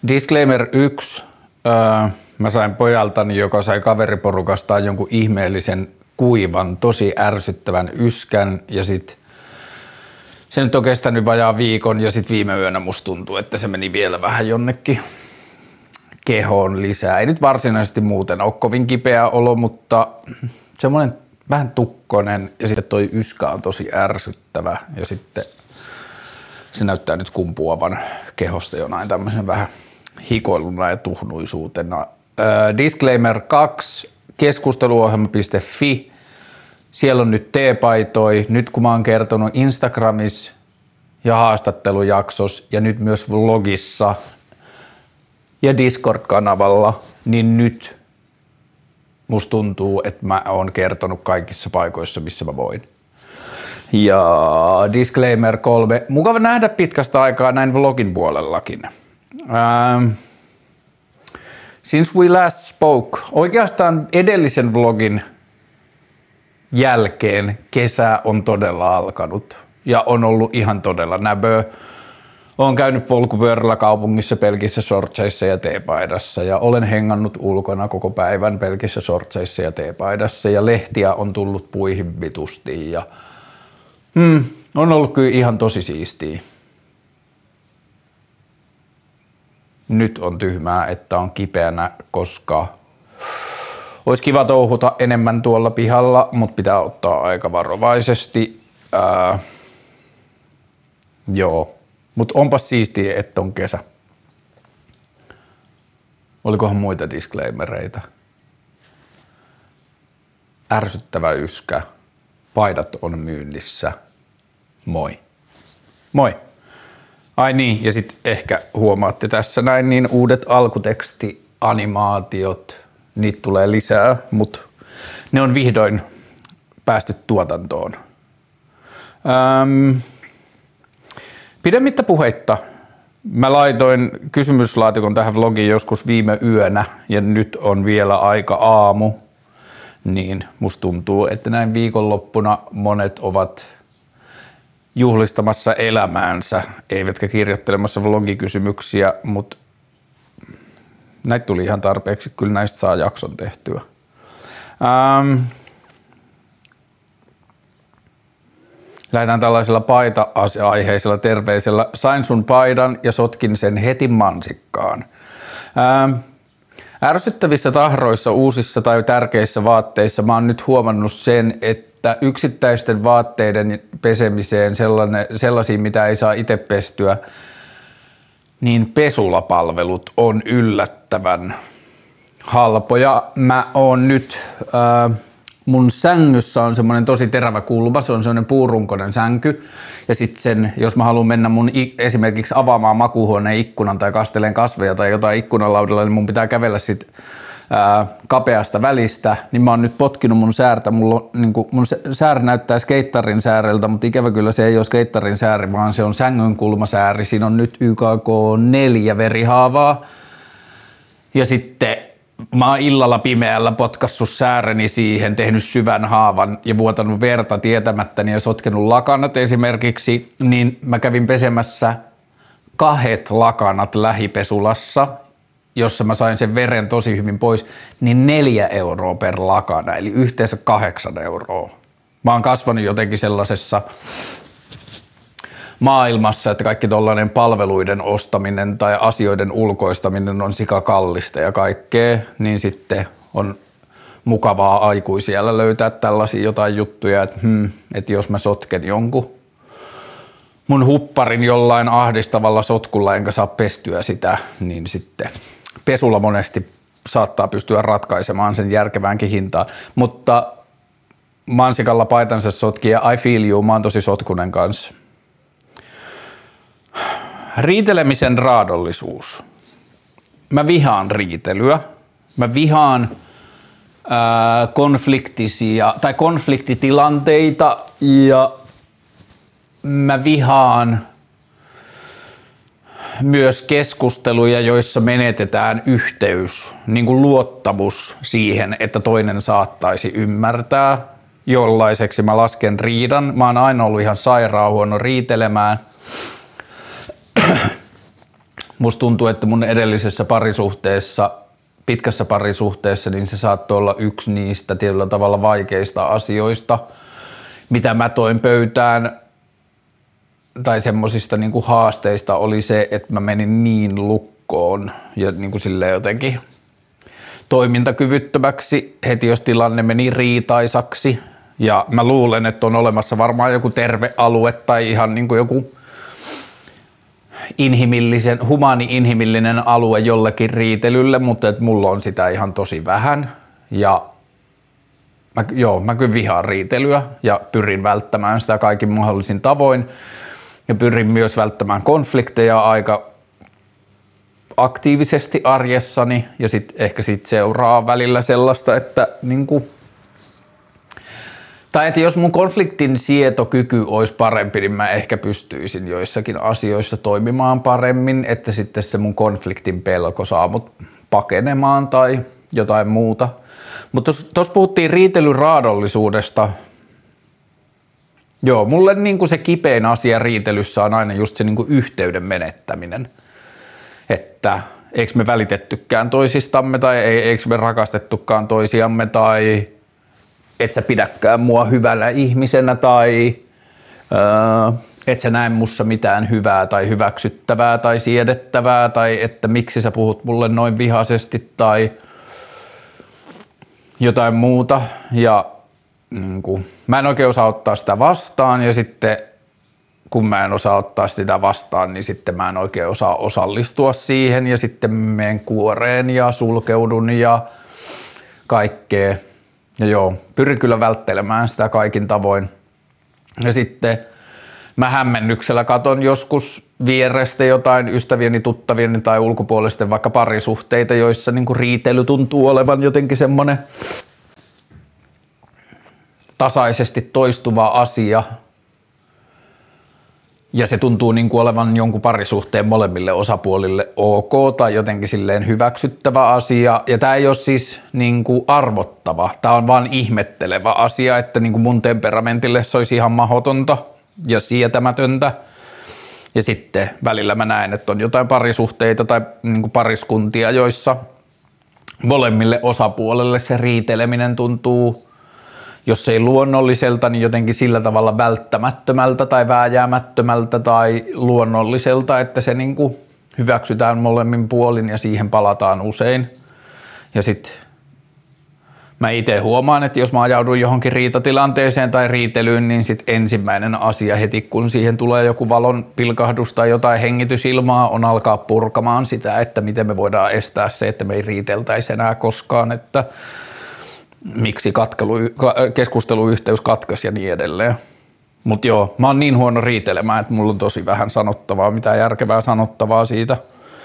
Disclaimer 1. Mä sain pojaltani, joka sai kaveriporukastaan jonkun ihmeellisen kuivan, tosi ärsyttävän yskän ja sit se nyt on kestänyt vajaa viikon ja sit viime yönä musta tuntuu, että se meni vielä vähän jonnekin kehoon lisää. Ei nyt varsinaisesti muuten ole kovin kipeä olo, mutta semmoinen vähän tukkonen ja sitten toi yskä on tosi ärsyttävä ja sitten se näyttää nyt kumpuavan kehosta jonain tämmöisen vähän hikoiluna ja tuhnuisuutena. Disclaimer 2, keskusteluohjelma.fi. Siellä on nyt teepaitoi. Nyt kun mä oon kertonut Instagramissa ja haastattelujaksossa ja nyt myös vlogissa ja Discord-kanavalla, niin nyt musta tuntuu, että mä oon kertonut kaikissa paikoissa, missä mä voin. Ja disclaimer 3. Mukava nähdä pitkästä aikaa näin vlogin puolellakin. Since we last spoke, oikeastaan edellisen vlogin jälkeen kesä on todella alkanut ja on ollut ihan todella näbö. Olen käynyt polkupyörällä kaupungissa pelkissä shortseissa ja teepaidassa ja olen hengannut ulkona koko päivän pelkissä shortseissa ja teepaidassa ja lehtiä on tullut puihin vitusti ja on ollut kyllä ihan tosi siistiä. Nyt on tyhmää, että on kipeänä, koska olisi kiva touhuta enemmän tuolla pihalla, mutta pitää ottaa aika varovaisesti. Joo, mutta onpas siistiä, että on kesä. Olikohan muita disclaimereita? Ärsyttävä yskä. Paidat on myynnissä. Moi. Moi. Ai niin, ja sitten ehkä huomaatte tässä näin, niin uudet alkutekstianimaatiot, niitä tulee lisää, mutta ne on vihdoin päästy tuotantoon. Pidemmittä puheitta. Mä laitoin kysymyslaatikon tähän vlogiin joskus viime yönä ja nyt on vielä aika aamu, niin musta tuntuu, että näin viikonloppuna monet ovat juhlistamassa elämäänsä, eivätkä kirjoittelemassa vlogikysymyksiä, mutta näitä tuli ihan tarpeeksi, kyllä näistä saa jakson tehtyä. Lähdetään tällaisella paita-aiheisella terveisellä. Sain sun paidan ja sotkin sen heti mansikkaan. Ärsyttävissä tahroissa, uusissa tai tärkeissä vaatteissa mä oon nyt huomannut sen, että yksittäisten vaatteiden pesemiseen, sellaisiin mitä ei saa itse pestyä, niin pesulapalvelut on yllättävän halpoja. Mä oon nyt, mun sängyssä on semmoinen tosi terävä kulma, se on semmoinen puurunkoinen sänky ja sitten sen, jos mä haluan mennä mun esimerkiksi avaamaan makuuhuoneen ikkunan tai kasteleen kasveja tai jotain ikkunalaudalla, niin mun pitää kävellä sit kapeasta välistä, niin mä oon nyt potkinut mun säärtä. Mun säär näyttää skeittarin sääreltä, mutta ikävä kyllä se ei ole skeittarin sääri, vaan se on sängyn kulmasääri. Siinä on nyt YKK 4 verihaavaa. Ja sitten mä oon illalla pimeällä potkassut sääreni siihen, tehnyt syvän haavan ja vuotanut verta tietämättäni ja sotkenut lakanat esimerkiksi, niin mä kävin pesemässä 2 lakanat lähipesulassa, jossa mä sain sen veren tosi hyvin pois, niin 4 € per lakana, eli yhteensä 8 €. Mä oon kasvanut jotenkin sellaisessa maailmassa, että kaikki tollainen palveluiden ostaminen tai asioiden ulkoistaminen on sikakallista ja kaikkea, niin sitten on mukavaa aikuisiellä löytää tällaisia jotain juttuja, että jos mä sotken jonkun mun hupparin jollain ahdistavalla sotkulla enkä saa pestyä sitä, niin sitten pesula monesti saattaa pystyä ratkaisemaan sen järkeväänkin hintaan, mutta mansikalla paitansa sotki ja I feel you, mä oon tosi sotkunen kanssa. Riitelemisen raadollisuus. Mä vihaan riitelyä. Mä vihaan konfliktitilanteita ja mä vihaan myös keskusteluja, joissa menetetään yhteys, niin kuin luottamus siihen, että toinen saattaisi ymmärtää. Jollaiseksi mä lasken riidan. Mä oon aina ollut ihan sairaan huono riitelemään. musta tuntuu, että mun edellisessä parisuhteessa, pitkässä parisuhteessa, niin se saattoi olla yksi niistä tietyllä tavalla vaikeista asioista, mitä mä toin pöytään, tai semmosista niin kuin haasteista oli se, että mä menin niin lukkoon ja niin kuin silleen jotenkin toimintakyvyttömäksi heti, jos tilanne meni riitaisaksi. Ja mä luulen, että on olemassa varmaan joku terve alue tai ihan niin kuin joku humaani-inhimillinen alue jollekin riitelylle, mutta että mulla on sitä ihan tosi vähän. Ja mä kyllä vihaan riitelyä ja pyrin välttämään sitä kaikin mahdollisin tavoin. Ja pyrin myös välttämään konflikteja aika aktiivisesti arjessani ja ehkä sit seuraa välillä sellaista, että niinku, tai että jos mun konfliktin sietokyky olisi parempi, niin mä ehkä pystyisin joissakin asioissa toimimaan paremmin, että sitten se mun konfliktin pelko saa mut pakenemaan tai jotain muuta. Mutta tuossa puhuttiin riitelyn raadollisuudesta. Joo, mulle niinku se kipein asia riitelyssä on aina just se niinku yhteyden menettäminen. Että eikö me välitettykään toisistamme tai eikö me rakastettukaan toisiamme tai et sä pidäkään mua hyvänä ihmisenä tai et sä näe mussa mitään hyvää tai hyväksyttävää tai siedettävää tai että miksi sä puhut mulle noin vihaisesti tai jotain muuta ja niin kuin, mä en oikein osaa ottaa sitä vastaan ja sitten kun mä en osaa ottaa sitä vastaan, niin sitten mä en oikein osaa osallistua siihen ja sitten menen kuoreen ja sulkeudun ja kaikkea. Ja joo, pyrin kyllä välttelemään sitä kaikin tavoin. Ja sitten mä hämmennyksellä katon joskus vierestä jotain ystävieni, tuttavieni tai ulkopuolisten vaikka parisuhteita, joissa niinku riitely tuntuu olevan jotenkin semmoinen tasaisesti toistuva asia. Ja se tuntuu niin kuin olevan jonkun parisuhteen molemmille osapuolille ok tai jotenkin silleen hyväksyttävä asia. Ja tämä ei ole siis niin kuin arvottava, tämä on vaan ihmettelevä asia, että niin kuin mun temperamentille se olisi ihan mahdotonta ja sietämätöntä. Ja sitten välillä mä näen, että on jotain parisuhteita tai niin kuin pariskuntia, joissa molemmille osapuolelle se riiteleminen tuntuu, jos ei luonnolliselta, niin jotenkin sillä tavalla välttämättömältä tai vääjäämättömältä tai luonnolliselta, että se niin kuin hyväksytään molemmin puolin ja siihen palataan usein. Ja sitten mä itse huomaan, että jos mä ajaudun johonkin riitatilanteeseen tai riitelyyn, niin sitten ensimmäinen asia heti, kun siihen tulee joku valon pilkahdus tai jotain hengitysilmaa, on alkaa purkamaan sitä, että miten me voidaan estää se, että me ei riiteltäisi enää koskaan, että miksi keskusteluyhteys katkesi ja niin edelleen. Mutta joo, mä oon niin huono riitelemään, että mulla on tosi vähän sanottavaa, mitään järkevää sanottavaa siitä.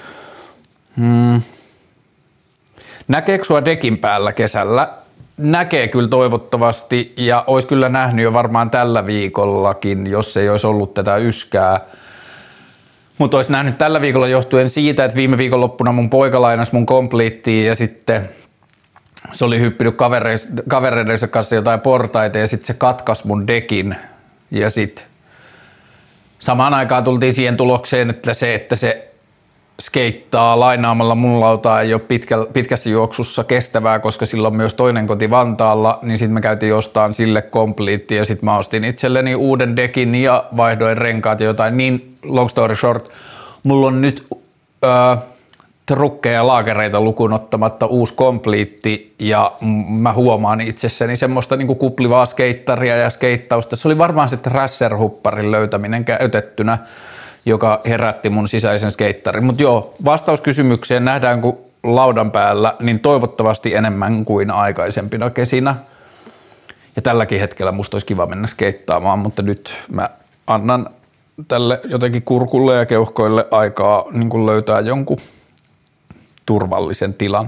Näkeekö sua dekin päällä kesällä? Näkee kyllä toivottavasti ja olisi kyllä nähnyt jo varmaan tällä viikollakin, jos ei olisi ollut tätä yskää. Mutta olisi nähnyt tällä viikolla johtuen siitä, että viime viikonloppuna mun poika lainasi mun Completea ja sitten se oli hyppinyt kavereidensa kanssa jotain portaita ja sitten se katkaisi mun dekin ja sitten samaan aikaan tultiin siihen tulokseen, että se skeittaa lainaamalla mun lautaa ei ole pitkässä juoksussa kestävää, koska sillä on myös toinen koti Vantaalla, niin sitten me käytiin ostamaan sille Complete ja sitten mä ostin itselleni uuden dekin ja vaihdoin renkaat ja jotain. Niin long story short, mulla on nyt trukkeja ja laakereita lukuun ottamatta uusi Complete ja mä huomaan itsessäni semmoista niinku kuplivaa skeittaria ja skeittausta. Se oli varmaan sitten Thrasher-hupparin löytäminen käytettynä, joka herätti mun sisäisen skeittarin. Mutta joo, vastaus kysymykseen nähdään kun laudan päällä, niin toivottavasti enemmän kuin aikaisempina kesinä. Ja tälläkin hetkellä musta olisi kiva mennä skeittaamaan, mutta nyt mä annan tälle jotenkin kurkulle ja keuhkoille aikaa niin kun löytää jonkun turvallisen tilan.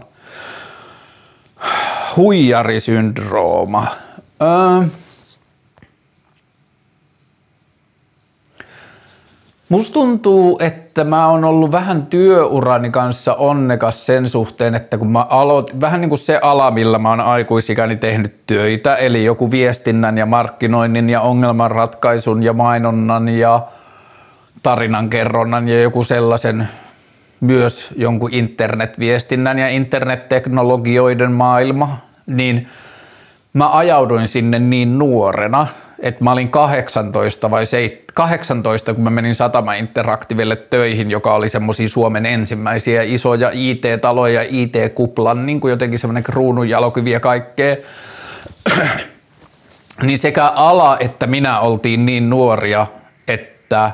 Huijarisyndrooma. Musta tuntuu, että mä oon ollut vähän työurani kanssa onnekas sen suhteen, että kun mä aloitin, vähän niin kuin se ala, millä mä oon aikuisikäni tehnyt töitä, eli joku viestinnän ja markkinoinnin ja ongelmanratkaisun ja mainonnan ja tarinankerronnan ja joku sellaisen myös jonkun internetviestinnän ja internetteknologioiden maailma, niin mä ajauduin sinne niin nuorena, että mä olin 18, kun mä menin Satama Interactivelle töihin, joka oli semmosia Suomen ensimmäisiä isoja IT-taloja, IT-kuplan, niin kuin jotenkin semmoinen kruununjalokivi ja kaikkea. Niin sekä ala että minä oltiin niin nuoria, että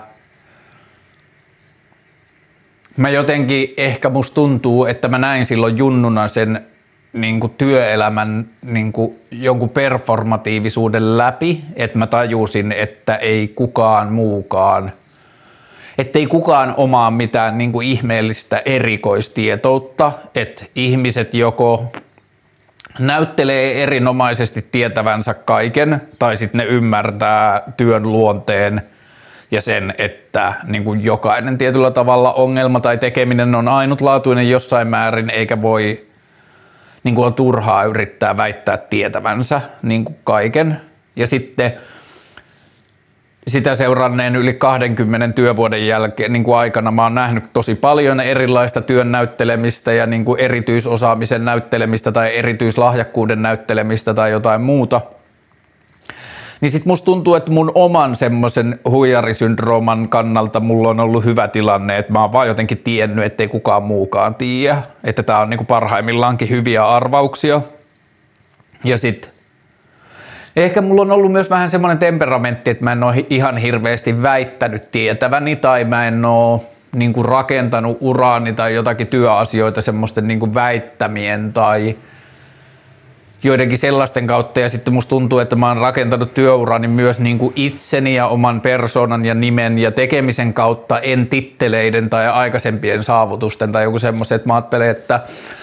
mä jotenkin ehkä musta tuntuu, että mä näin silloin junnuna sen niin kuin työelämän niin kuin jonkun performatiivisuuden läpi, että mä tajusin, että ei kukaan muukaan, ettei kukaan omaa mitään niin kuin ihmeellistä erikoistietoutta, että ihmiset joko näyttelee erinomaisesti tietävänsä kaiken, tai sitten ne ymmärtää työn luonteen ja sen, että niin kuin jokainen tietyllä tavalla ongelma tai tekeminen on ainutlaatuinen jossain määrin, eikä voi niin kuin on turhaa yrittää väittää tietävänsä niin kuin kaiken. Ja sitten sitä seuranneen yli 20 työvuoden jälkeen niin kuin aikana mä oon nähnyt tosi paljon erilaista työn näyttelemistä ja niin kuin erityisosaamisen näyttelemistä tai erityislahjakkuuden näyttelemistä tai jotain muuta. Niin sit musta tuntuu, että mun oman semmoisen huijarisyndrooman kannalta mulla on ollut hyvä tilanne, että mä oon vaan jotenkin tiennyt, ettei kukaan muukaan tiedä, että tää on niinku parhaimmillaankin hyviä arvauksia. Ja sit ehkä mulla on ollut myös vähän semmoinen temperamentti, että mä en oo ihan hirveästi väittänyt tietäväni tai mä en oo niinku rakentanut uraani tai jotakin työasioita semmoisten niinku väittämien tai joidenkin sellaisten kautta, ja sitten musta tuntuu, että mä oon rakentanut työurani myös niin kuin itseni ja oman persoonan ja nimen ja tekemisen kautta, en titteleiden tai aikaisempien saavutusten tai joku semmoisen, että mä ajattelen, että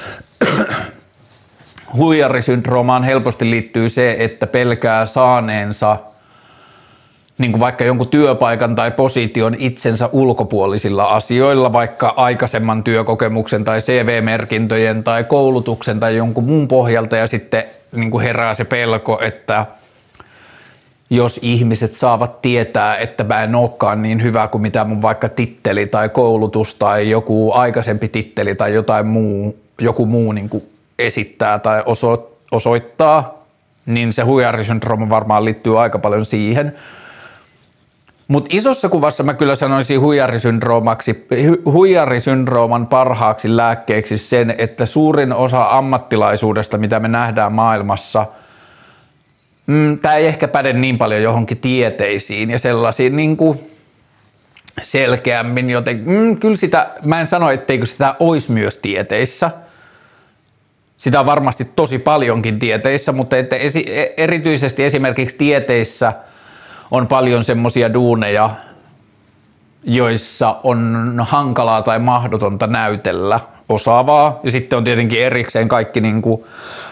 huijarisyndroomaan helposti liittyy se, että pelkää saaneensa niin kuin vaikka jonkun työpaikan tai position itsensä ulkopuolisilla asioilla, vaikka aikaisemman työkokemuksen tai CV-merkintöjen tai koulutuksen tai jonkun muun pohjalta, ja sitten niin kuin herää se pelko, että jos ihmiset saavat tietää, että mä en olekaan niin hyvä kuin mitä mun vaikka titteli tai koulutus tai joku aikaisempi titteli tai joku muu niin kuin esittää tai osoittaa, niin se huijarisyndrooma varmaan liittyy aika paljon siihen. Mutta isossa kuvassa mä kyllä sanoisin huijarisyndrooman parhaaksi lääkkeeksi sen, että suurin osa ammattilaisuudesta, mitä me nähdään maailmassa, tämä ei ehkä päde niin paljon johonkin tieteisiin ja sellaisiin niin kuin selkeämmin joten, kyllä sitä, mä en sano, etteikö sitä olisi myös tieteissä. Sitä on varmasti tosi paljonkin tieteissä, mutta että erityisesti esimerkiksi tieteissä on paljon semmoisia duuneja, joissa on hankalaa tai mahdotonta näytellä osaavaa. Ja sitten on tietenkin erikseen kaikki niinku,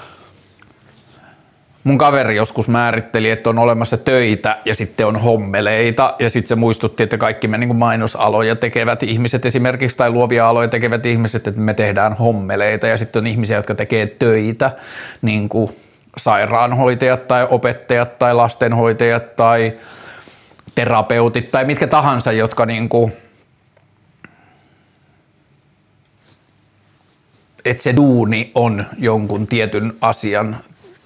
mun kaveri joskus määritteli, että on olemassa töitä ja sitten on hommeleita. Ja sitten se muistutti, että kaikki me niinku mainosaloja tekevät ihmiset esimerkiksi tai luovia aloja tekevät ihmiset, että me tehdään hommeleita. Ja sitten on ihmisiä, jotka tekee töitä, niinku sairaanhoitajat tai opettajat tai lastenhoitajat tai terapeutit tai mitkä tahansa, jotka niinku, että se duuni on jonkun tietyn asian.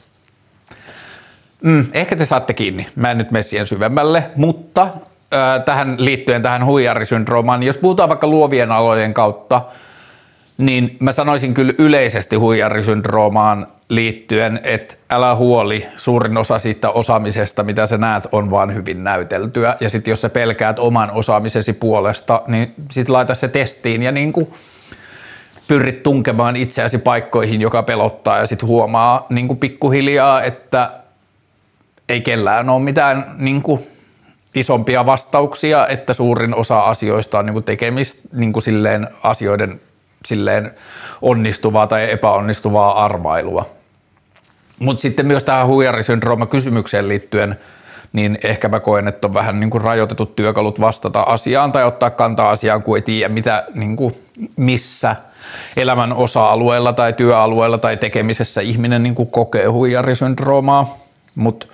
Ehkä te saatte kiinni, mä en nyt mene siihen syvemmälle, mutta tähän liittyen tähän huijarisyndroomaan, jos puhutaan vaikka luovien alojen kautta, niin mä sanoisin kyllä yleisesti huijarisyndroomaan liittyen, että älä huoli, suurin osa siitä osaamisesta, mitä sä näet, on vaan hyvin näyteltyä. Ja sitten jos sä pelkäät oman osaamisesi puolesta, niin sit laita se testiin ja niinku pyrit tunkemaan itseäsi paikkoihin, joka pelottaa, ja sit huomaa niinku pikkuhiljaa, että ei kellään ole mitään niinku isompia vastauksia, että suurin osa asioista on niinku tekemistä niinku silleen asioiden silleen onnistuvaa tai epäonnistuvaa arvailua. Mutta sitten myös tähän huijarisyndrooma-kysymykseen liittyen, niin ehkä mä koen, että on vähän niin kuin rajoitetut työkalut vastata asiaan tai ottaa kantaa asiaan, kun ei tiedä mitä, niin kuin missä elämän osa-alueella tai työalueella tai tekemisessä ihminen niin kuin kokee huijarisyndroomaa. Mut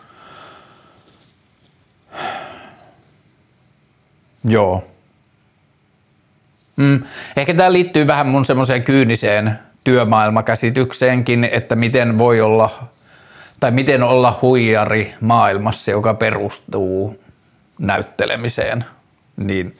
joo. Ehkä tämä liittyy vähän mun semmoiseen kyyniseen työmaailmakäsitykseenkin, että miten voi olla tai miten olla huijari maailmassa, joka perustuu näyttelemiseen, niin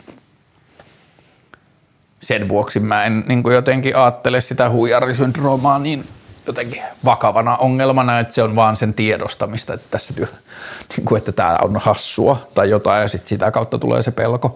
sen vuoksi mä en niin kuin jotenkin ajattele sitä huijarisyndroomaa niin jotenkin vakavana ongelmana, että se on vaan sen tiedostamista, että tässä niin kuin, että tämä on hassua tai jotain ja sitten sitä kautta tulee se pelko.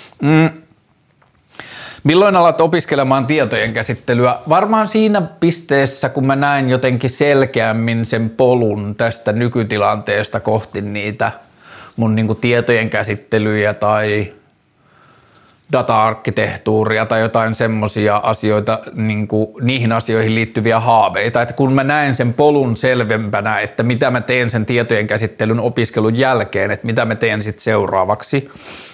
Milloin alat opiskelemaan tietojen käsittelyä? Varmaan siinä pisteessä, kun mä näin jotenkin selkeämmin sen polun tästä nykytilanteesta kohti niitä mun niin kuin tietojen käsittelyjä tai data-arkkitehtuuria tai jotain semmoisia asioita, niin kuin niihin asioihin liittyviä haaveita. Että kun mä näen sen polun selvempänä, että mitä mä teen sen tietojen käsittelyn opiskelun jälkeen, että mitä mä teen sitten seuraavaksi.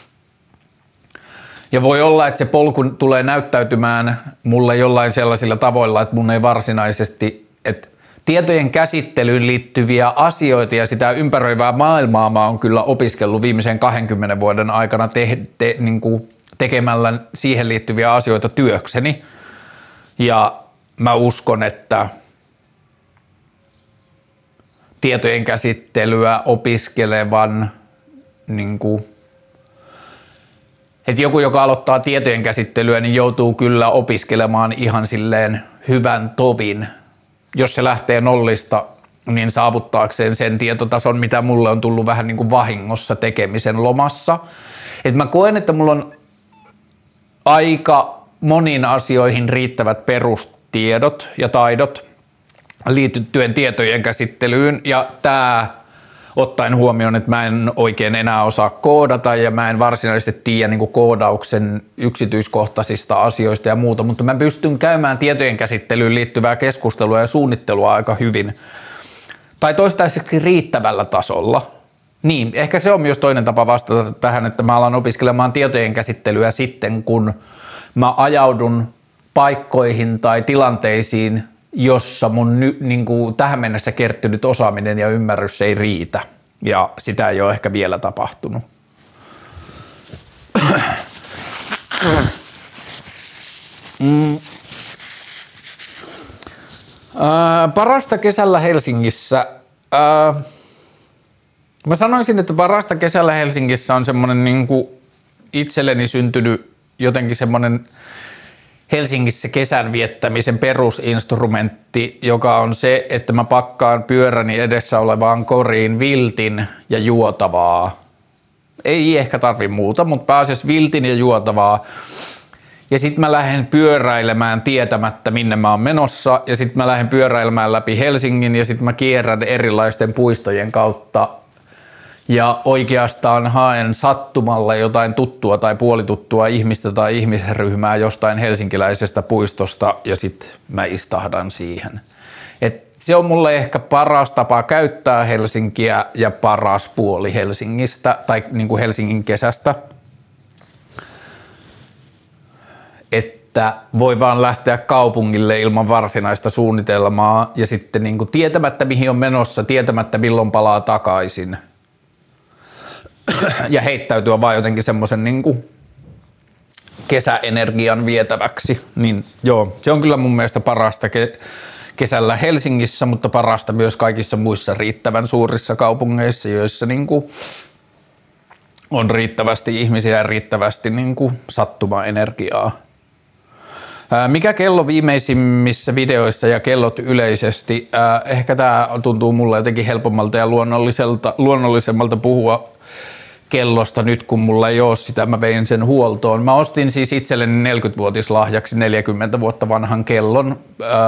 Ja voi olla, että se polku tulee näyttäytymään mulle jollain sellaisilla tavoilla, että mun ei varsinaisesti, että tietojen käsittelyyn liittyviä asioita ja sitä ympäröivää maailmaa mä oon kyllä opiskellut viimeisen 20 vuoden aikana niin kuin tekemällä siihen liittyviä asioita työkseni. Ja mä uskon, että tietojen käsittelyä opiskelevan niin kuin että joku, joka aloittaa tietojen käsittelyä, niin joutuu kyllä opiskelemaan ihan silleen hyvän tovin. Jos se lähtee nollista, niin saavuttaakseen sen tietotason, mitä mulle on tullut vähän niin kuin vahingossa tekemisen lomassa. Et mä koen, että mulla on aika moniin asioihin riittävät perustiedot ja taidot liittyen tietojen käsittelyyn, ja tää ottaen huomioon, että mä en oikein enää osaa koodata ja mä en varsinaisesti tiedä niin kuin koodauksen yksityiskohtaisista asioista ja muuta, mutta mä pystyn käymään tietojen käsittelyyn liittyvää keskustelua ja suunnittelua aika hyvin. Tai toistaiseksi riittävällä tasolla. Niin, ehkä se on myös toinen tapa vastata tähän, että mä alan opiskelemaan tietojen käsittelyä sitten, kun mä ajaudun paikkoihin tai tilanteisiin, jossa mun niin kuin tähän mennessä kertynyt osaaminen ja ymmärrys ei riitä. Ja sitä ei ole ehkä vielä tapahtunut. Parasta kesällä Helsingissä. Mä sanoisin, että parasta kesällä Helsingissä on semmoinen niin kuin itselleni syntynyt jotenkin semmoinen Helsingissä kesän viettämisen perusinstrumentti, joka on se, että mä pakkaan pyöräni edessä olevaan koriin viltin ja juotavaa. Ei ehkä tarvi muuta, mutta pääasiassa viltin ja juotavaa. Ja sit mä lähden pyöräilemään tietämättä, minne mä oon menossa. Ja sit mä lähden pyöräilemään läpi Helsingin ja sit mä kierrän erilaisten puistojen kautta. Ja oikeastaan haen sattumalla jotain tuttua tai puolituttua ihmistä tai ihmisryhmää jostain helsinkiläisestä puistosta ja sitten mä istahdan siihen. Et se on mulle ehkä paras tapa käyttää Helsinkiä ja paras puoli Helsingistä tai niin kuin Helsingin kesästä. Että voi vaan lähteä kaupungille ilman varsinaista suunnitelmaa ja sitten niin kuin tietämättä mihin on menossa, tietämättä milloin palaa takaisin. Ja heittäytyä vaan jotenkin semmoisen niin kuin kesäenergian vietäväksi. Niin joo, se on kyllä mun mielestä parasta kesällä Helsingissä, mutta parasta myös kaikissa muissa riittävän suurissa kaupungeissa, joissa niin kuin on riittävästi ihmisiä ja riittävästi niin kuin sattumaenergiaa. Mikä kello viimeisimmissä videoissa ja kellot yleisesti? Ehkä tämä tuntuu mulle jotenkin helpommalta ja luonnollisemmalta puhua kellosta nyt, kun mulla ei ole sitä, mä vein sen huoltoon. Mä ostin siis itselleni 40-vuotislahjaksi 40 vuotta vanhan kellon.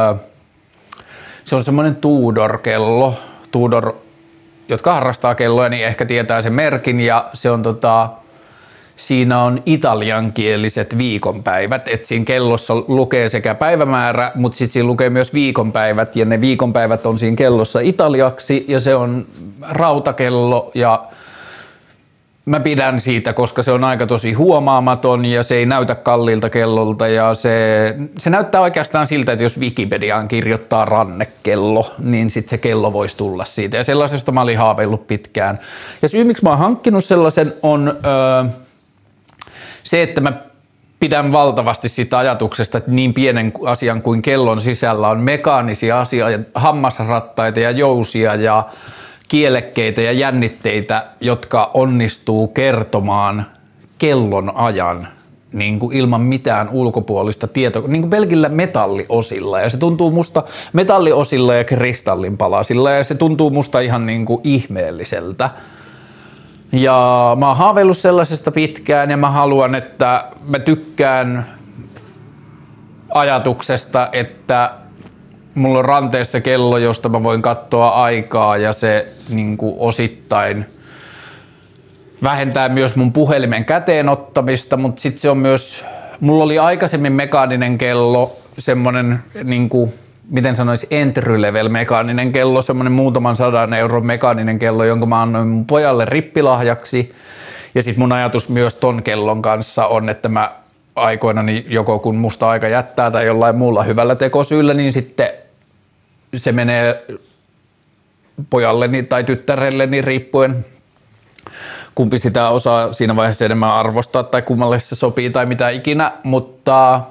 Se on semmoinen Tudor-kello. Tudor, jotka harrastaa kelloja, niin ehkä tietää sen merkin, ja se on siinä on italiankieliset viikonpäivät, että siinä kellossa lukee sekä päivämäärä, mutta sitten siinä lukee myös viikonpäivät, ja ne viikonpäivät on siinä kellossa italiaksi, ja se on rautakello, ja mä pidän siitä, koska se on aika tosi huomaamaton ja se ei näytä kalliilta kellolta ja se näyttää oikeastaan siltä, että jos Wikipediaan kirjoittaa rannekello, niin sitten se kello voisi tulla siitä. Ja sellaisesta mä olin haaveillut pitkään. Ja syy, miksi mä oon hankkinut sellaisen, on se, että mä pidän valtavasti siitä ajatuksesta, että niin pienen asian kuin kellon sisällä on mekaanisia asioita, hammasrattaita ja jousia ja kielekkeitä ja jännitteitä, jotka onnistuu kertomaan kellon ajan niin kuin ilman mitään ulkopuolista tietoa, niin kuin pelkillä metalliosilla. Ja se tuntuu musta metalliosilla ja kristallinpalasilla ja se tuntuu musta ihan niin kuin ihmeelliseltä. Ja mä oon haaveillut sellaisesta pitkään ja mä haluan, että mä tykkään ajatuksesta, että mulla on ranteessa kello, josta mä voin katsoa aikaa ja se niin kuin osittain vähentää myös mun puhelimen käteen ottamista, mutta sitten se on myös, mulla oli aikaisemmin mekaaninen kello, semmonen niinku, miten sanois, entry level mekaaninen kello, semmonen muutaman 100 euron mekaaninen kello, jonka mä annoin mun pojalle rippilahjaksi. Ja sit mun ajatus myös ton kellon kanssa on, että mä aikoinani joko kun musta aika jättää tai jollain muulla hyvällä tekosyllä, niin sitten se menee pojalleni tai tyttärelleni riippuen kumpi sitä osaa siinä vaiheessa enemmän arvostaa tai kummalle se sopii tai mitä ikinä, mutta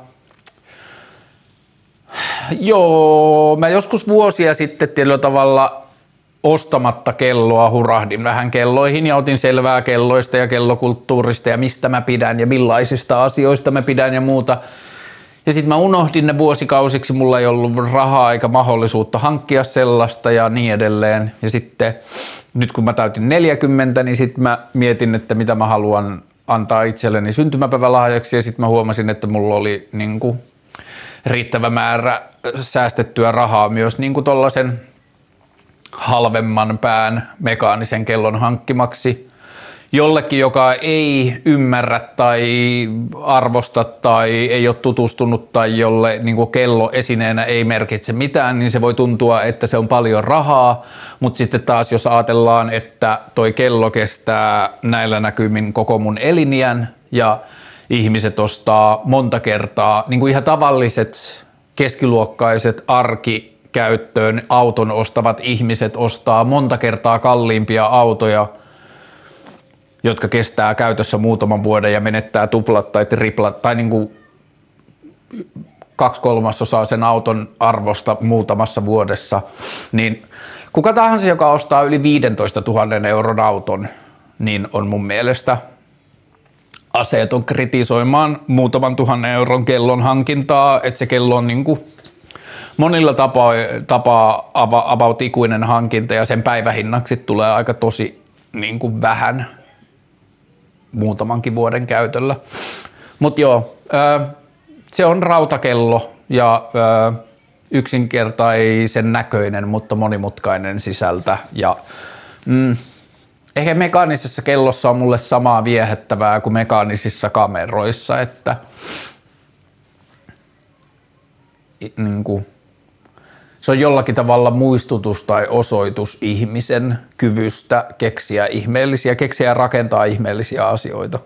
joo, mä joskus vuosia sitten tietyllä tavalla ostamatta kelloa hurahdin vähän kelloihin ja otin selvää kelloista ja kellokulttuurista ja mistä mä pidän ja millaisista asioista mä pidän ja muuta. Ja sitten mä unohdin ne vuosikausiksi, mulla ei ollut rahaa eikä mahdollisuutta hankkia sellaista ja niin edelleen. Ja sitten nyt kun mä täytin 40, niin sitten mä mietin, että mitä mä haluan antaa itselleni syntymäpäivälahjaksi ja sitten mä huomasin, että mulla oli niinku riittävä määrä säästettyä rahaa myös niinku tollasen halvemman pään mekaanisen kellon hankkimaksi. Jollekin, joka ei ymmärrä tai arvosta tai ei ole tutustunut tai jolle niin kuin kello esineenä ei merkitse mitään, niin se voi tuntua, että se on paljon rahaa, mutta sitten taas jos ajatellaan, että toi kello kestää näillä näkymin koko mun eliniän ja ihmiset ostaa monta kertaa, niin kuin ihan tavalliset keskiluokkaiset arkikäyttöön auton ostavat ihmiset ostaa monta kertaa kalliimpia autoja, jotka kestää käytössä muutaman vuoden ja menettää tuplat tai triplat tai niin kuin 2/3 sen auton arvosta muutamassa vuodessa, niin kuka tahansa, joka ostaa yli 15 000 euron auton, niin on mun mielestä aseeton kritisoimaan muutaman 1000 euron kellon hankintaa, että se kello on niin kuin monilla tapaa about ikuinen hankinta ja sen päivähinnaksi tulee aika tosi niin kuin vähän muutamankin vuoden käytöllä. Mutta joo, se on rautakello ja yksinkertaisen näköinen, mutta monimutkainen sisältä. Ja ehkä mekaanisessa kellossa on mulle samaa viehättävää kuin mekaanisissa kameroissa, että niinku, se on jollakin tavalla muistutus tai osoitus ihmisen kyvystä keksiä ja rakentaa ihmeellisiä asioita.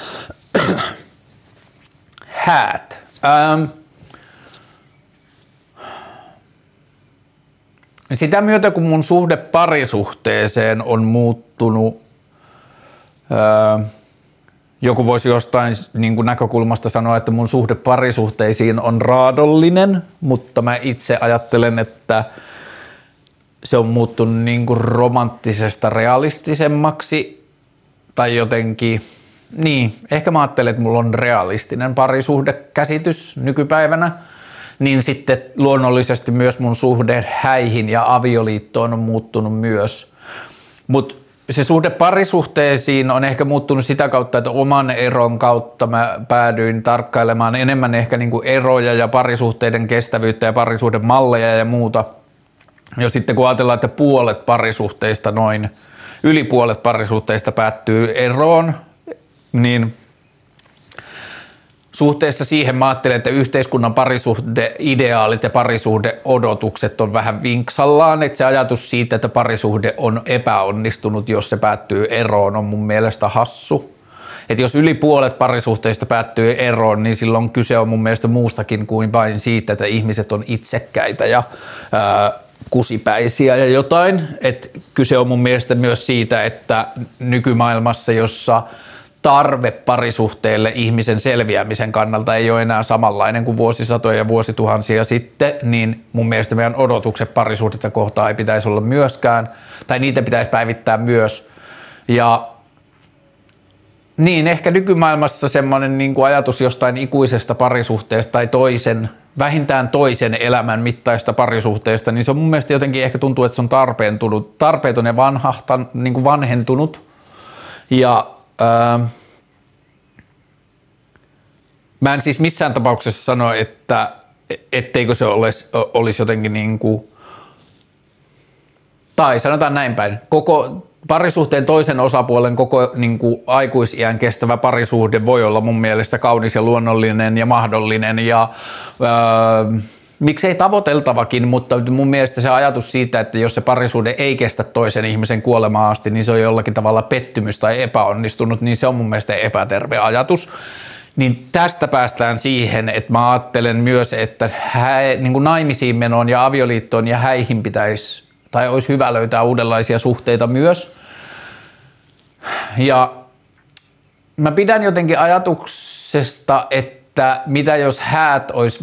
Häät. Sitä myötä, kun mun suhde parisuhteeseen on muuttunut, joku voisi jostain niin kuin näkökulmasta sanoa, että mun suhde parisuhteisiin on raadollinen, mutta mä itse ajattelen, että se on muuttunut niin kuin romanttisesta realistisemmaksi tai jotenkin, niin ehkä mä ajattelen, että mulla on realistinen parisuhdekäsitys nykypäivänä, niin sitten luonnollisesti myös mun suhde häihin ja avioliittoon on muuttunut myös, mutta se suhde parisuhteisiin on ehkä muuttunut sitä kautta, että oman eron kautta mä päädyin tarkkailemaan enemmän ehkä niin kuin eroja ja parisuhteiden kestävyyttä ja parisuhdemalleja ja muuta. Ja sitten kun ajatellaan, että yli puolet parisuhteista päättyy eroon, niin suhteessa siihen mä ajattelen, että yhteiskunnan parisuhdeideaalit ja parisuhdeodotukset on vähän vinksallaan, että se ajatus siitä, että parisuhde on epäonnistunut, jos se päättyy eroon, on mun mielestä hassu. Että jos yli puolet parisuhteista päättyy eroon, niin silloin kyse on mun mielestä muustakin kuin vain siitä, että ihmiset on itsekkäitä ja kusipäisiä ja jotain. Et kyse on mun mielestä myös siitä, että nykymaailmassa, jossa tarve parisuhteelle ihmisen selviämisen kannalta ei ole enää samanlainen kuin vuosisatoja ja vuosituhansia sitten, niin mun mielestä meidän odotukset parisuhdetta kohtaan ei pitäisi olla myöskään, tai niitä pitäisi päivittää myös. Ja niin, ehkä nykymaailmassa semmoinen niin kuin ajatus jostain ikuisesta parisuhteesta tai vähintään toisen elämän mittaista parisuhteesta, niin se on mun mielestä jotenkin ehkä tuntuu, että se on tarpeeton ja niin kuin vanhentunut. Ja mä en siis missään tapauksessa sano, etteikö se olisi jotenkin niin kuin, tai sanotaan näin päin, koko parisuhteen toisen osapuolen koko niin kuin aikuisiän kestävä parisuhde voi olla mun mielestä kaunis ja luonnollinen ja mahdollinen ja miksei tavoiteltavakin, mutta mun mielestä se ajatus siitä, että jos se parisuhde ei kestä toisen ihmisen kuolemaan asti, niin se on jollakin tavalla pettymys tai epäonnistunut, niin se on mun mielestä epäterve ajatus. Niin tästä päästään siihen, että mä ajattelen myös, että niin kuin naimisiin menoon ja avioliittoon ja häihin pitäisi, tai olisi hyvä löytää uudenlaisia suhteita myös. Ja mä pidän jotenkin ajatuksesta, että mitä jos häät olisi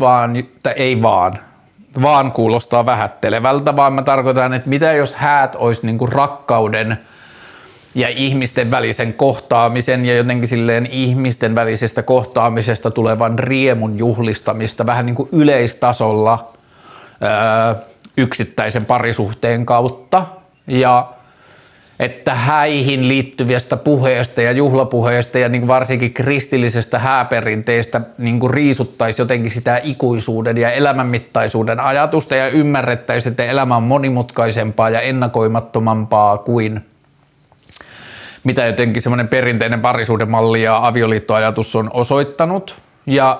vaan kuulostaa vähättelevältä, vaan mä tarkoitan, että mitä jos häät olisi niin kuin rakkauden ja ihmisten välisen kohtaamisen ja jotenkin silleen ihmisten välisestä kohtaamisesta tulevan riemun juhlistamista vähän niin kuin yleistasolla yksittäisen parisuhteen kautta ja että häihin liittyvästä puheesta ja juhlapuheesta ja niin varsinkin kristillisestä hääperinteestä niin kuin riisuttaisi jotenkin sitä ikuisuuden ja elämänmittaisuuden ajatusta ja ymmärrettäisiin, että elämä on monimutkaisempaa ja ennakoimattomampaa kuin mitä jotenkin semmoinen perinteinen parisuhdemalli ja avioliittoajatus on osoittanut. Ja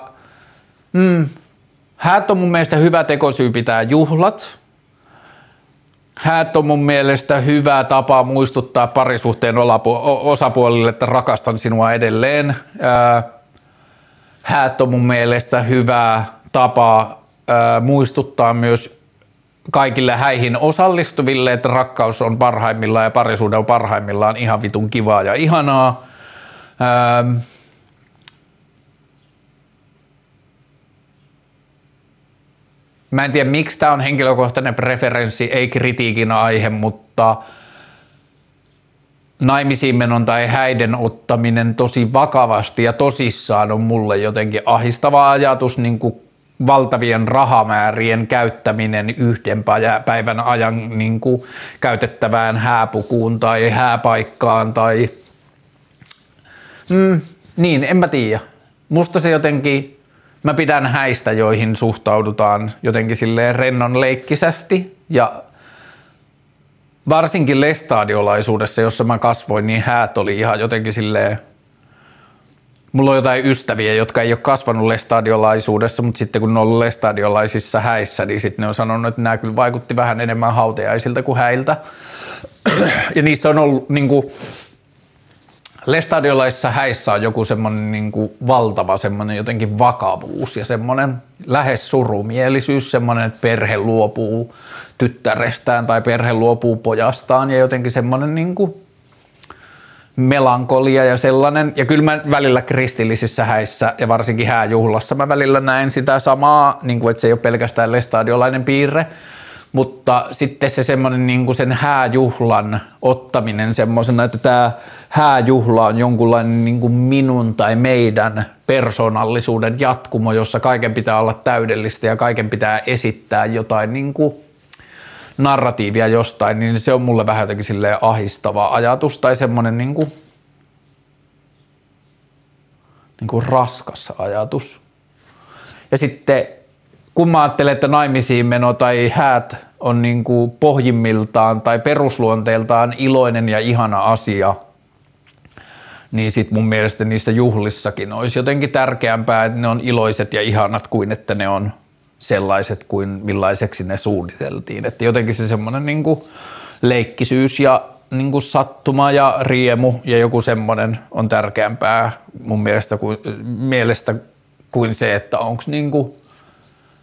häät on mun mielestä hyvä tekosyy pitää juhlat. Häät on mun mielestä hyvä tapa muistuttaa parisuhteen osapuolille, että rakastan sinua edelleen. Häät on mun mielestä hyvä tapa muistuttaa myös kaikille häihin osallistuville, että rakkaus on parhaimmillaan ja parisuhde on parhaimmillaan ihan vitun kivaa ja ihanaa. Mä en tiedä, miksi tämä on henkilökohtainen preferenssi, ei kritiikin aihe, mutta naimisiin menon tai häiden ottaminen tosi vakavasti ja tosissaan on mulle jotenkin ahistava ajatus, niin kuin valtavien rahamäärien käyttäminen yhden päivän ajan niin kuin käytettävään hääpukuun tai hääpaikkaan tai niin, en mä tiedä. Musta se jotenkin, mä pidän häistä, joihin suhtaudutaan jotenkin silleen rennon leikkisästi ja varsinkin lestadiolaisuudessa, jossa mä kasvoin, niin häät oli ihan jotenkin silleen. Mulla on jotain ystäviä, jotka ei ole kasvanut lestadiolaisuudessa, mutta sitten kun ne on ollut lestadiolaisissa häissä, niin sitten ne on sanonut, että nämä kyllä vaikutti vähän enemmän hautajaisilta kuin häiltä. Ja niissä on ollut niinku, lestadiolaisissa häissä on joku semmoinen niinku valtava semmoinen jotenkin vakavuus ja semmoinen lähes surumielisyys, semmoinen, että perhe luopuu tyttärestään tai perhe luopuu pojastaan ja jotenkin semmoinen niinku melankolia ja sellainen. Ja kyllä mä välillä kristillisissä häissä ja varsinkin hääjuhlassa mä välillä näen sitä samaa, niin kuin, että se ei ole pelkästään lestadiolainen piirre, mutta sitten se semmoinen niin kuin sen hääjuhlan ottaminen semmoisena, että tämä hääjuhla on jonkunlainen niin kuin minun tai meidän persoonallisuuden jatkumo, jossa kaiken pitää olla täydellistä ja kaiken pitää esittää jotain niin kuin narratiivia jostain, niin se on mulle vähän jotenkin silleen ahistava ajatus tai semmoinen niin kuin raskas ajatus. Ja sitten kun mä ajattelen, että naimisiin meno tai häät on niin kuin pohjimmiltaan tai perusluonteeltaan iloinen ja ihana asia, niin sit mun mielestä niissä juhlissakin olisi jotenkin tärkeämpää, että ne on iloiset ja ihanat kuin että ne on sellaiset kuin millaiseksi ne suunniteltiin. Että jotenkin se semmoinen niin kuin leikkisyys ja niin kuin sattuma ja riemu ja joku semmoinen on tärkeämpää mun mielestä kuin se, että onko niin kuin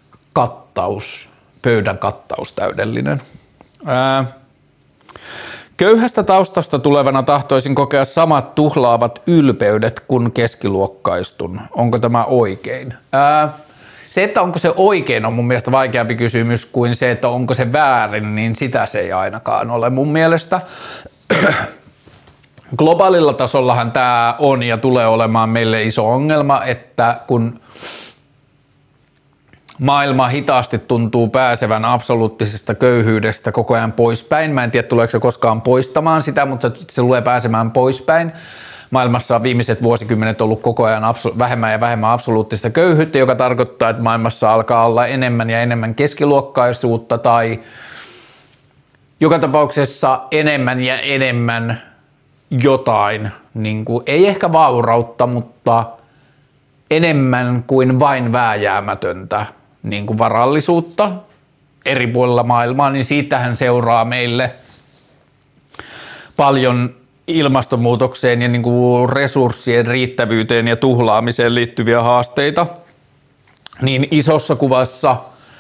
pöydän kattaus täydellinen. Köyhästä taustasta tulevana tahtoisin kokea samat tuhlaavat ylpeydet kuin keskiluokkaistun. Onko tämä oikein? Se, että onko se oikein, on mun mielestä vaikeampi kysymys kuin se, että onko se väärin, niin sitä se ei ainakaan ole mun mielestä. Globaalilla tasollahan tämä on ja tulee olemaan meille iso ongelma, että kun maailma hitaasti tuntuu pääsevän absoluuttisesta köyhyydestä koko ajan poispäin. Mä en tiedä, tuleeko se koskaan poistamaan sitä, mutta se tulee pääsemään poispäin. Maailmassa on viimeiset vuosikymmenet ollut koko ajan vähemmän ja vähemmän absoluuttista köyhyyttä, joka tarkoittaa, että maailmassa alkaa olla enemmän ja enemmän keskiluokkaisuutta tai joka tapauksessa enemmän ja enemmän jotain, niin kuin, ei ehkä vaurautta, mutta enemmän kuin vain vääjäämätöntä niin kuin varallisuutta eri puolilla maailmaa, niin siitähän seuraa meille paljon ilmastonmuutokseen ja niin kuin resurssien riittävyyteen ja tuhlaamiseen liittyviä haasteita. Niin isossa kuvassa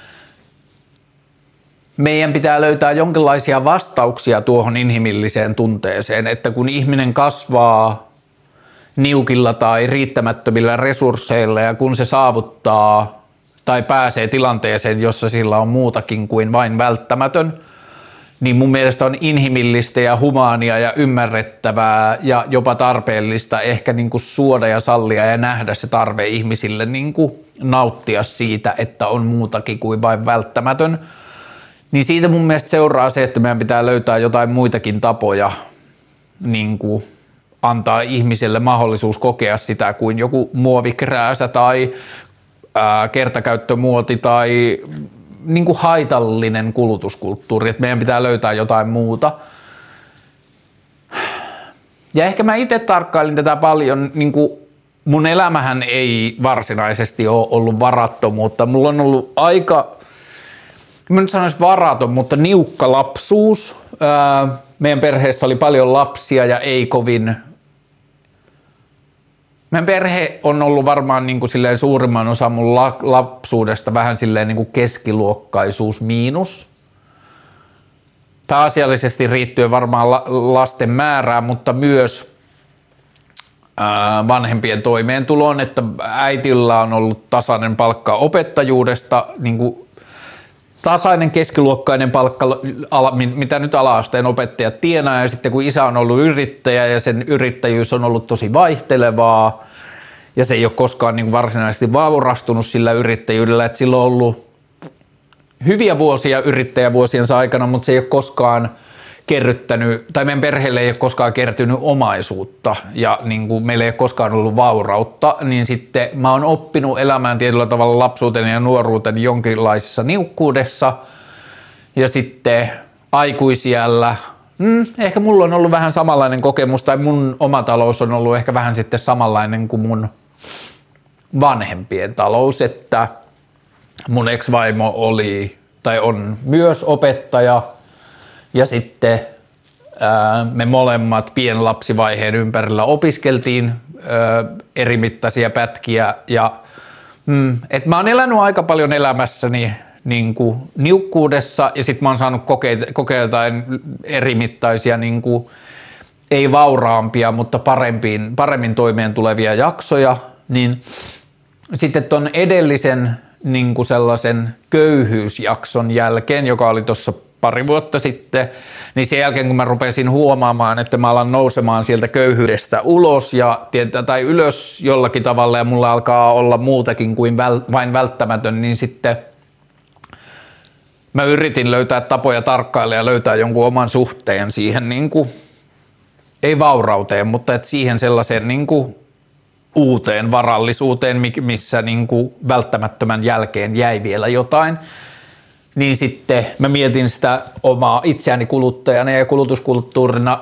meidän pitää löytää jonkinlaisia vastauksia tuohon inhimilliseen tunteeseen, että kun ihminen kasvaa niukilla tai riittämättömillä resursseilla ja kun se saavuttaa tai pääsee tilanteeseen, jossa sillä on muutakin kuin vain välttämätön, niin mun mielestä on inhimillistä ja humaania ja ymmärrettävää ja jopa tarpeellista ehkä niin kuin suoda ja sallia ja nähdä se tarve ihmisille niin kuin nauttia siitä, että on muutakin kuin vain välttämätön. Niin siitä mun mielestä seuraa se, että meidän pitää löytää jotain muitakin tapoja niin kuin antaa ihmiselle mahdollisuus kokea sitä kuin joku muovikrääsä tai kertakäyttömuoti tai niin kuin haitallinen kulutuskulttuuri, että meidän pitää löytää jotain muuta. Ja ehkä mä itse tarkkailin tätä paljon, niin kuin mun elämähän ei varsinaisesti ole ollut varattomuutta, mulla on ollut aika, mä nyt sanoisin varaton, mutta niukka lapsuus. Meidän perheessä oli paljon lapsia ja ei kovin. Meidän perhe on ollut varmaan niin kuin silleen suurimman osan mun lapsuudesta vähän silleen niin kuin keskiluokkaisuus miinus. Pääasiallisesti riittyen varmaan lasten määrään, mutta myös vanhempien toimeentuloon, että äitillä on ollut tasainen palkka opettajuudesta, niin kuin tasainen keskiluokkainen palkka, mitä nyt ala-asteen opettajat tienaa, ja sitten kun isä on ollut yrittäjä ja sen yrittäjyys on ollut tosi vaihtelevaa ja se ei ole koskaan niin varsinaisesti vaurastunut sillä yrittäjyydellä, että sillä on ollut hyviä vuosia yrittäjävuosiensa aikana, mutta se ei ole koskaan kerryttänyt, tai meidän perheelle ei ole koskaan kertynyt omaisuutta ja niin kuin meillä ei ole koskaan ollut vaurautta, niin sitten mä oon oppinut elämään tietyllä tavalla lapsuuteni ja nuoruuteni jonkinlaisessa niukkuudessa ja sitten aikuisiällä ehkä mulla on ollut vähän samanlainen kokemus tai mun oma talous on ollut ehkä vähän sitten samanlainen kuin mun vanhempien talous, että mun ex-vaimo oli tai on myös opettaja ja sitten me molemmat pienlapsivaiheen ympärillä opiskeltiin erimittaisia pätkiä ja mä oon elänyt aika paljon elämässäni niin kuin niukkuudessa ja sitten mä oon saanut kokea jotain erimittaisia niin kuin, ei vauraampia, mutta paremmin toimeen tulevia jaksoja, niin sitten ton edellisen niin kuin sellaisen köyhyysjakson jälkeen, joka oli tuossa pari vuotta sitten, niin sen jälkeen kun mä rupesin huomaamaan, että mä alan nousemaan sieltä köyhyydestä ulos tai ylös jollakin tavalla ja mulla alkaa olla muutakin kuin vain välttämätön, niin sitten mä yritin löytää tapoja tarkkailla ja löytää jonkun oman suhteen siihen niin kuin, ei vaurauteen, mutta että siihen sellaiseen niin kuin uuteen varallisuuteen, missä niin kuin välttämättömän jälkeen jäi vielä jotain. Niin sitten mä mietin sitä omaa itseäni kuluttajana ja kulutuskulttuurina,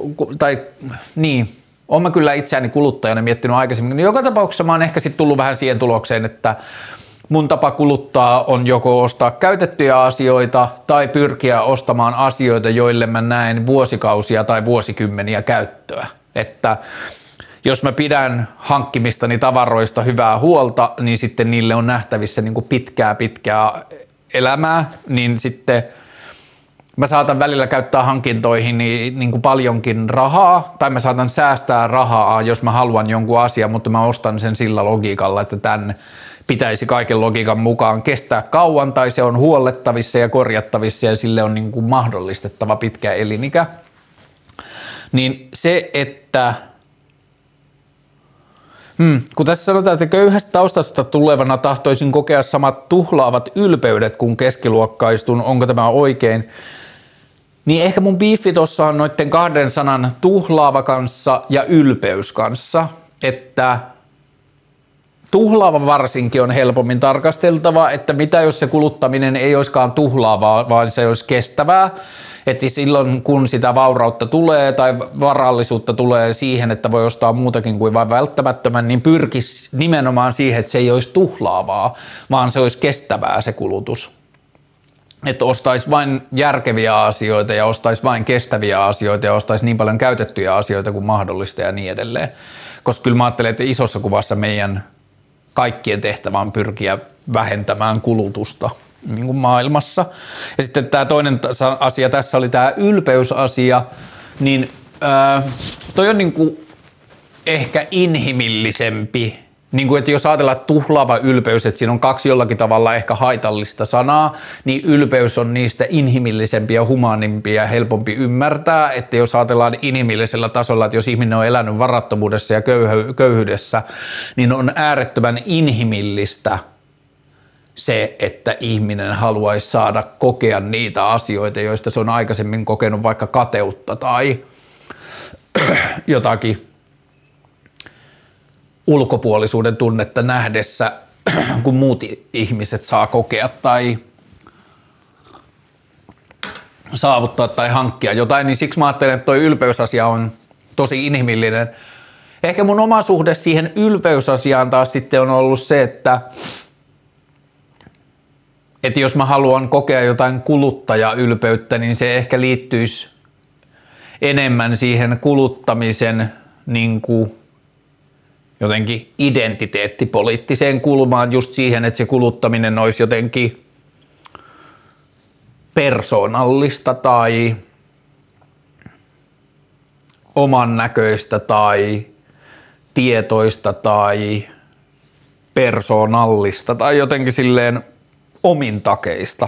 oon mä kyllä itseäni kuluttajana miettinyt aikaisemmin. Joka tapauksessa mä oon ehkä sitten tullut vähän siihen tulokseen, että mun tapa kuluttaa on joko ostaa käytettyjä asioita tai pyrkiä ostamaan asioita, joille mä näen vuosikausia tai vuosikymmeniä käyttöä. Että jos mä pidän hankkimistani tavaroista hyvää huolta, niin sitten niille on nähtävissä niin kuin pitkää elämää, niin sitten mä saatan välillä käyttää hankintoihin niin kuin paljonkin rahaa, tai mä saatan säästää rahaa, jos mä haluan jonkun asian, mutta mä ostan sen sillä logiikalla, että tämän pitäisi kaiken logiikan mukaan kestää kauan, tai se on huollettavissa ja korjattavissa, ja sille on niin kuin mahdollistettava pitkä elinikä. Niin se, että kun tässä sanotaan, että köyhästä taustasta tulevana tahtoisin kokea samat tuhlaavat ylpeydet kuin keskiluokkaistun, onko tämä oikein? Niin ehkä mun biifi tuossa on noitten kahden sanan tuhlaava kanssa ja ylpeys kanssa, että tuhlaava varsinkin on helpommin tarkasteltava, että mitä jos se kuluttaminen ei olisikaan tuhlaavaa, vaan se olisi kestävää. Että silloin kun sitä vaurautta tulee tai varallisuutta tulee siihen, että voi ostaa muutakin kuin vain välttämättömän, niin pyrkisi nimenomaan siihen, että se ei olisi tuhlaavaa, vaan se olisi kestävää se kulutus. Että ostaisi vain järkeviä asioita ja ostaisi vain kestäviä asioita ja ostaisi niin paljon käytettyjä asioita kuin mahdollista ja niin edelleen. Koska kyllä mä ajattelen, että isossa kuvassa meidän kaikkien tehtävä on pyrkiä vähentämään kulutusta niin kuin maailmassa. Ja sitten tämä toinen asia tässä oli tämä ylpeysasia, niin toi on niin kuin ehkä inhimillisempi. Niin kuin, että jos ajatellaan tuhlaava ylpeys, että siinä on kaksi jollakin tavalla ehkä haitallista sanaa, niin ylpeys on niistä inhimillisempiä, humaanimpia ja helpompi ymmärtää, että jos ajatellaan inhimillisellä tasolla, että jos ihminen on elänyt varattomuudessa ja köyhyydessä, niin on äärettömän inhimillistä se, että ihminen haluaisi saada kokea niitä asioita, joista se on aikaisemmin kokenut vaikka kateutta tai jotakin ulkopuolisuuden tunnetta nähdessä, kun muut ihmiset saa kokea tai saavuttaa tai hankkia jotain, niin siksi mä ajattelen, että toi ylpeysasia on tosi inhimillinen. Ehkä mun oma suhde siihen ylpeysasiaan taas sitten on ollut se, että jos mä haluan kokea jotain kuluttajaylpeyttä, niin se ehkä liittyisi enemmän siihen kuluttamisen niin kuin jotenkin identiteettipoliittiseen kulmaan, just siihen, että se kuluttaminen olisi jotenkin persoonallista tai oman näköistä tai tietoista tai persoonallista tai jotenkin silleen omintakeista.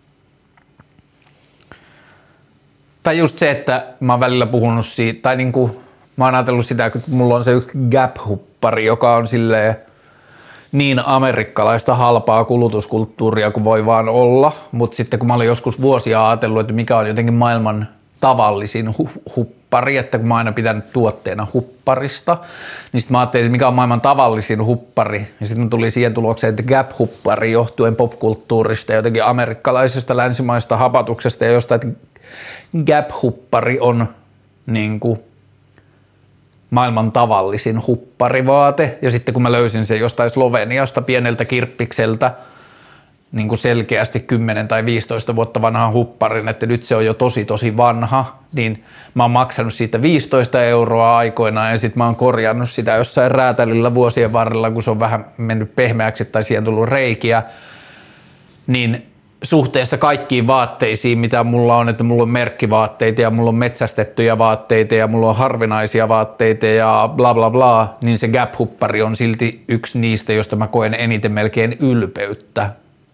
Tai just se, että mä oon välillä puhunut siitä, tai niinku mä oon ajatellut sitä, että mulla on se yksi Gap-huppari, joka on silleen niin amerikkalaista halpaa kulutuskulttuuria kuin voi vaan olla, mutta sitten kun mä olin joskus vuosia ajatellut, että mikä on jotenkin maailman tavallisin huppari, että kun mä oon aina pitänyt tuotteena hupparista, niin sitten mä ajattelin, että mikä on maailman tavallisin huppari, ja sitten tuli siihen tulokseen, että Gap-huppari johtuen popkulttuurista ja jotenkin amerikkalaisesta länsimaista hapatuksesta ja jostain, että Gap-huppari on niin kuin maailman tavallisin hupparivaate, ja sitten kun mä löysin sen jostain Sloveniasta pieneltä kirppikseltä, niin kuin selkeästi 10 tai 15 vuotta vanhan hupparin, että nyt se on jo tosi vanha, niin mä oon maksanut siitä 15 euroa aikoinaan, ja sitten mä oon korjannut sitä jossain räätälillä vuosien varrella, kun se on vähän mennyt pehmeäksi tai siihen tullut reikiä, niin suhteessa kaikkiin vaatteisiin, mitä mulla on, että mulla on merkkivaatteita ja mulla on metsästettyjä vaatteita ja mulla on harvinaisia vaatteita ja bla bla bla, niin se Gap-huppari on silti yksi niistä, josta mä koen eniten melkein ylpeyttä.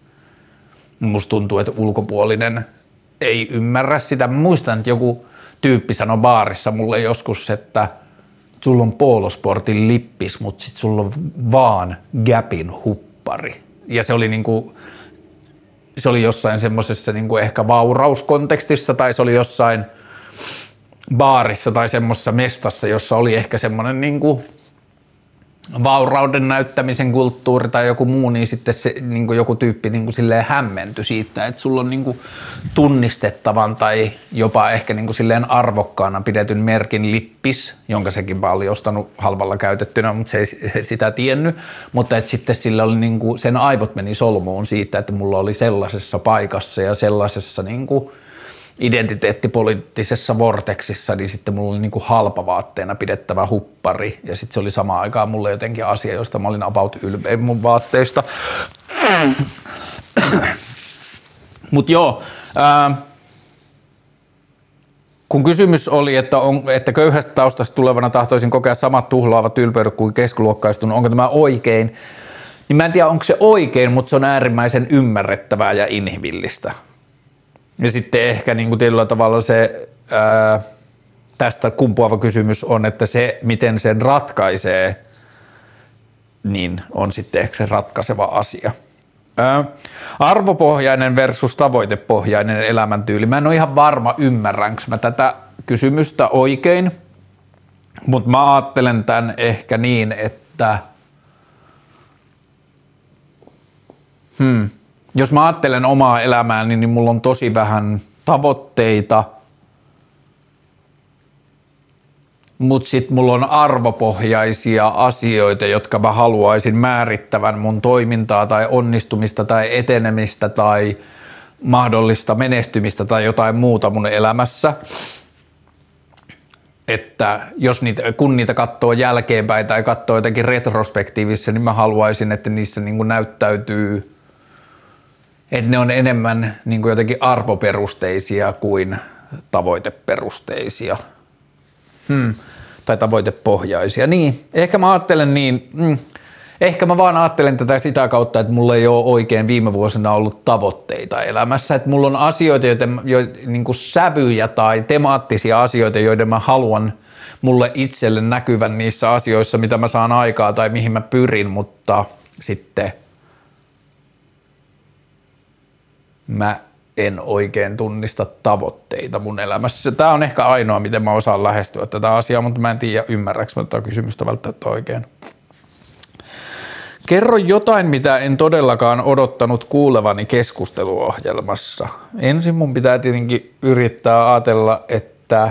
Musta tuntuu, että ulkopuolinen ei ymmärrä sitä. Mä muistan, että joku tyyppi sanoi baarissa mulle joskus, että sulla on Polosportin lippis, mutta sit sulla on vaan Gapin huppari. Ja se oli niinku se oli jossain semmoisessa niin kuin ehkä vaurauskontekstissa tai se oli jossain baarissa tai semmoisessa mestassa, jossa oli ehkä semmoinen niin kuin vaurauden näyttämisen kulttuuri tai joku muu, niin sitten se, niin kuin joku tyyppi niin kuin silleen hämmentyi siitä, että sulla on niin kuin tunnistettavan tai jopa ehkä niin kuin silleen arvokkaana pidetyn merkin lippis, jonka sekin mä olin ostanut halvalla käytettynä, mutta se ei sitä tiennyt, mutta että sitten sillä oli niin kuin, sen aivot meni solmuun siitä, että mulla oli sellaisessa paikassa ja sellaisessa niin kuin identiteettipoliittisessa vorteksissa, niin sitten mulla oli niin kuin halpavaatteena pidettävä huppari ja sitten se oli samaan aikaan mulle jotenkin asia, josta mä olin about ylpeä mun vaatteista. Mut joo, kun kysymys oli, että köyhästä taustasta tulevana tahtoisin kokea samat tuhlaavat ylpeydet kuin keskiluokkaistun, onko tämä oikein, niin mä en tiedä, onko se oikein, mutta se on äärimmäisen ymmärrettävää ja inhimillistä. Ja sitten ehkä niin kuin tietyllä tavalla se tästä kumpuava kysymys on, että se, miten sen ratkaisee, niin on sitten ehkä se ratkaiseva asia. Arvopohjainen versus tavoitepohjainen elämäntyyli. Mä en ole ihan varma, ymmärränkö mä tätä kysymystä oikein, mutta mä ajattelen tämän ehkä niin, että jos mä ajattelen omaa elämääni, niin mulla on tosi vähän tavoitteita, mutta sitten mulla on arvopohjaisia asioita, jotka mä haluaisin määrittävän mun toimintaa tai onnistumista tai etenemistä tai mahdollista menestymistä tai jotain muuta mun elämässä. Että kun niitä katsoo jälkeenpäin tai katsoo jotenkin retrospektiivissä, niin mä haluaisin, että niissä niin kuin näyttäytyy, että ne on enemmän niin kuin jotenkin arvoperusteisia kuin tavoiteperusteisia. Tai tavoitepohjaisia. Niin, ehkä mä ajattelen niin, ehkä mä vaan ajattelen tätä sitä kautta, että mulla ei ole oikein viime vuosina ollut tavoitteita elämässä, että mulla on asioita, niin kuin sävyjä tai temaattisia asioita, joiden mä haluan mulle itselle näkyvän niissä asioissa, mitä mä saan aikaa tai mihin mä pyrin, mutta sitten mä en oikein tunnista tavoitteita mun elämässä. Tämä on ehkä ainoa, miten mä osaan lähestyä tätä asiaa, mutta mä en tiedä, ymmärränkö mä tätä kysymystä välttämättä oikein. Kerro jotain, mitä en todellakaan odottanut kuulevani keskusteluohjelmassa. Ensin mun pitää tietenkin yrittää ajatella, että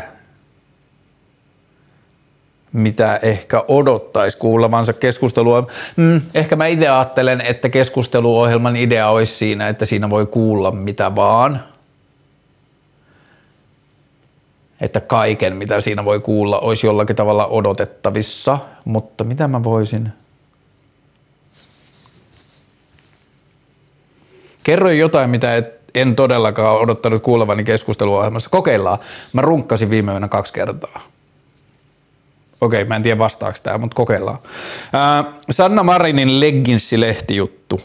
mitä ehkä odottaisi kuulevansa keskustelua. Ehkä mä itse ajattelen, että keskusteluohjelman idea olisi siinä, että siinä voi kuulla mitä vaan. Että kaiken, mitä siinä voi kuulla, olisi jollakin tavalla odotettavissa. Mutta mitä mä voisin? Kerro jotain, mitä en todellakaan odottanut kuulevani keskusteluohjelmassa. Kokeillaan. Mä runkkasin viime yönä 2 kertaa. Okei, mä en tiedä vastaako tämä, mutta kokeillaan. Sanna Marinin legginssilehtijuttu.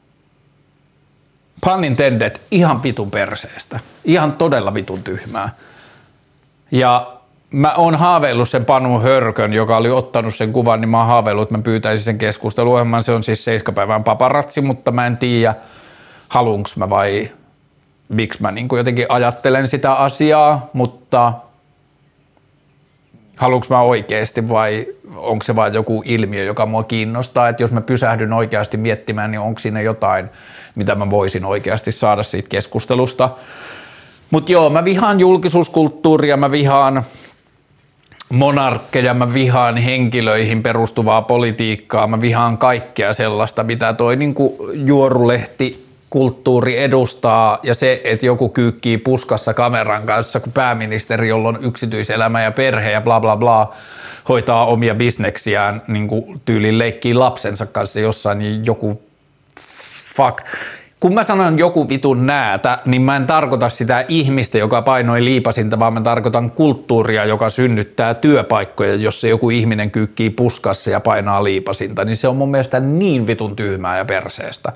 Pun intended, ihan vitun perseestä. Ihan todella vitun tyhmää. Ja mä oon haaveillut sen Panu Hörkön, joka oli ottanut sen kuvan, niin mä oon haaveillut, että mä pyytäisin sen keskusteluohjelman. Se on siis 7 päivän paparazzi, mutta mä en tiedä, haluanko mä vai miksi mä niin kuin jotenkin ajattelen sitä asiaa, mutta haluanko mä oikeasti vai onko se vain joku ilmiö, joka mua kiinnostaa, että jos mä pysähdyn oikeasti miettimään, niin onko siinä jotain, mitä mä voisin oikeasti saada siitä keskustelusta. Mutta joo, mä vihaan julkisuuskulttuuria, mä vihaan monarkkeja, mä vihaan henkilöihin perustuvaa politiikkaa, mä vihaan kaikkea sellaista, mitä toi niinku juorulehti kulttuuri edustaa ja se, että joku kyykkii puskassa kameran kanssa, kun pääministeri, jolla on yksityiselämä ja perhe ja bla bla bla, hoitaa omia bisneksiään niin kuin tyyliin leikkii lapsensa kanssa jossain, niin joku fuck. Kun mä sanon joku vitun näätä, niin mä en tarkoita sitä ihmistä, joka painoi liipasinta, vaan mä tarkoitan kulttuuria, joka synnyttää työpaikkoja, jossa joku ihminen kyykkii puskassa ja painaa liipasinta, niin se on mun mielestä niin vitun tyhmää ja perseestä.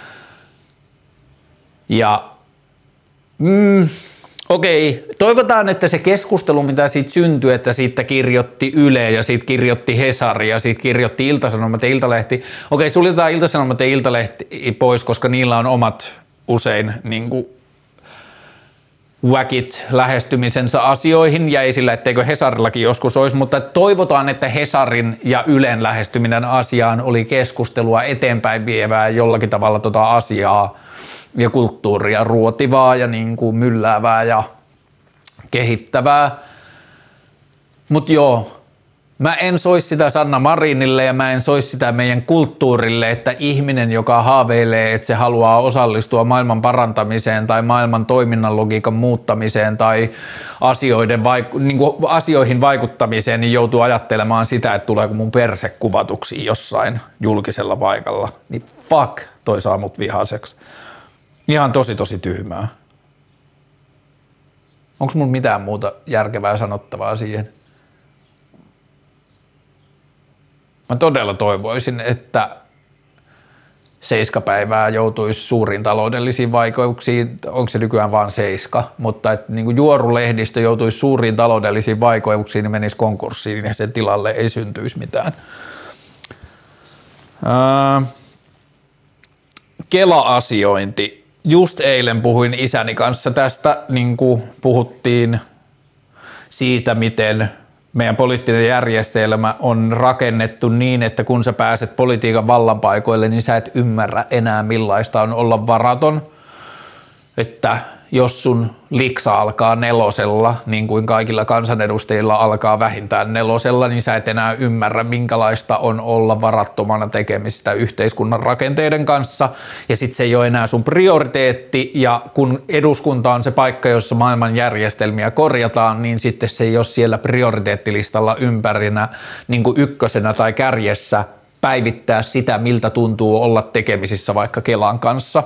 Ja okei, toivotaan, että se keskustelu, mitä siitä syntyi, että siitä kirjoitti Yle ja siitä kirjoitti Hesari ja siitä kirjoitti Ilta-Sanomat ja Iltalehti. Okei, suljetaan Ilta-Sanomat ja Iltalehti pois, koska niillä on omat usein niin kuin wäkit lähestymisensä asioihin ja ei sillä, etteikö Hesarillakin joskus olisi, mutta toivotaan, että Hesarin ja Ylen lähestyminen asiaan oli keskustelua eteenpäin vievää jollakin tavalla asiaa ja kulttuuria ruotivaa ja niin kuin mylläävää ja kehittävää. Mutta joo, mä en soisi sitä Sanna Marinille ja mä en soisi sitä meidän kulttuurille, että ihminen, joka haaveilee, että se haluaa osallistua maailman parantamiseen tai maailman toiminnan logiikan muuttamiseen tai asioihin vaikuttamiseen, niin joutuu ajattelemaan sitä, että tuleeko mun perse kuvatuksi jossain julkisella paikalla. Niin fuck, toi saa mut vihaseksi. Ihan tosi tyhmää. Onko mun mitään muuta järkevää sanottavaa siihen? Mä todella toivoisin, että 7 päivää joutuisi suuriin taloudellisiin vaikeuksiin, onko se nykyään vaan 7, mutta että niin kuin juorulehdistö joutuisi suuriin taloudellisiin vaikeuksiin, niin menisi konkurssiin ja sen tilalle ei syntyisi mitään. Kela-asiointi. Just eilen puhuin isäni kanssa tästä, niin kuin puhuttiin siitä, miten meidän poliittinen järjestelmä on rakennettu niin, että kun sä pääset politiikan vallanpaikoille, niin sä et ymmärrä enää millaista on olla varaton. Että jos sun liksa alkaa 4, niin kuin kaikilla kansanedustajilla alkaa vähintään 4, niin sä et enää ymmärrä, minkälaista on olla varattomana tekemistä yhteiskunnan rakenteiden kanssa. Ja sit se ei ole enää sun prioriteetti, ja kun eduskunta on se paikka, jossa maailman järjestelmiä korjataan, niin sitten se ei ole siellä prioriteettilistalla ympärinä niin kuin ykkösenä tai kärjessä päivittää sitä, miltä tuntuu olla tekemisissä vaikka Kelan kanssa.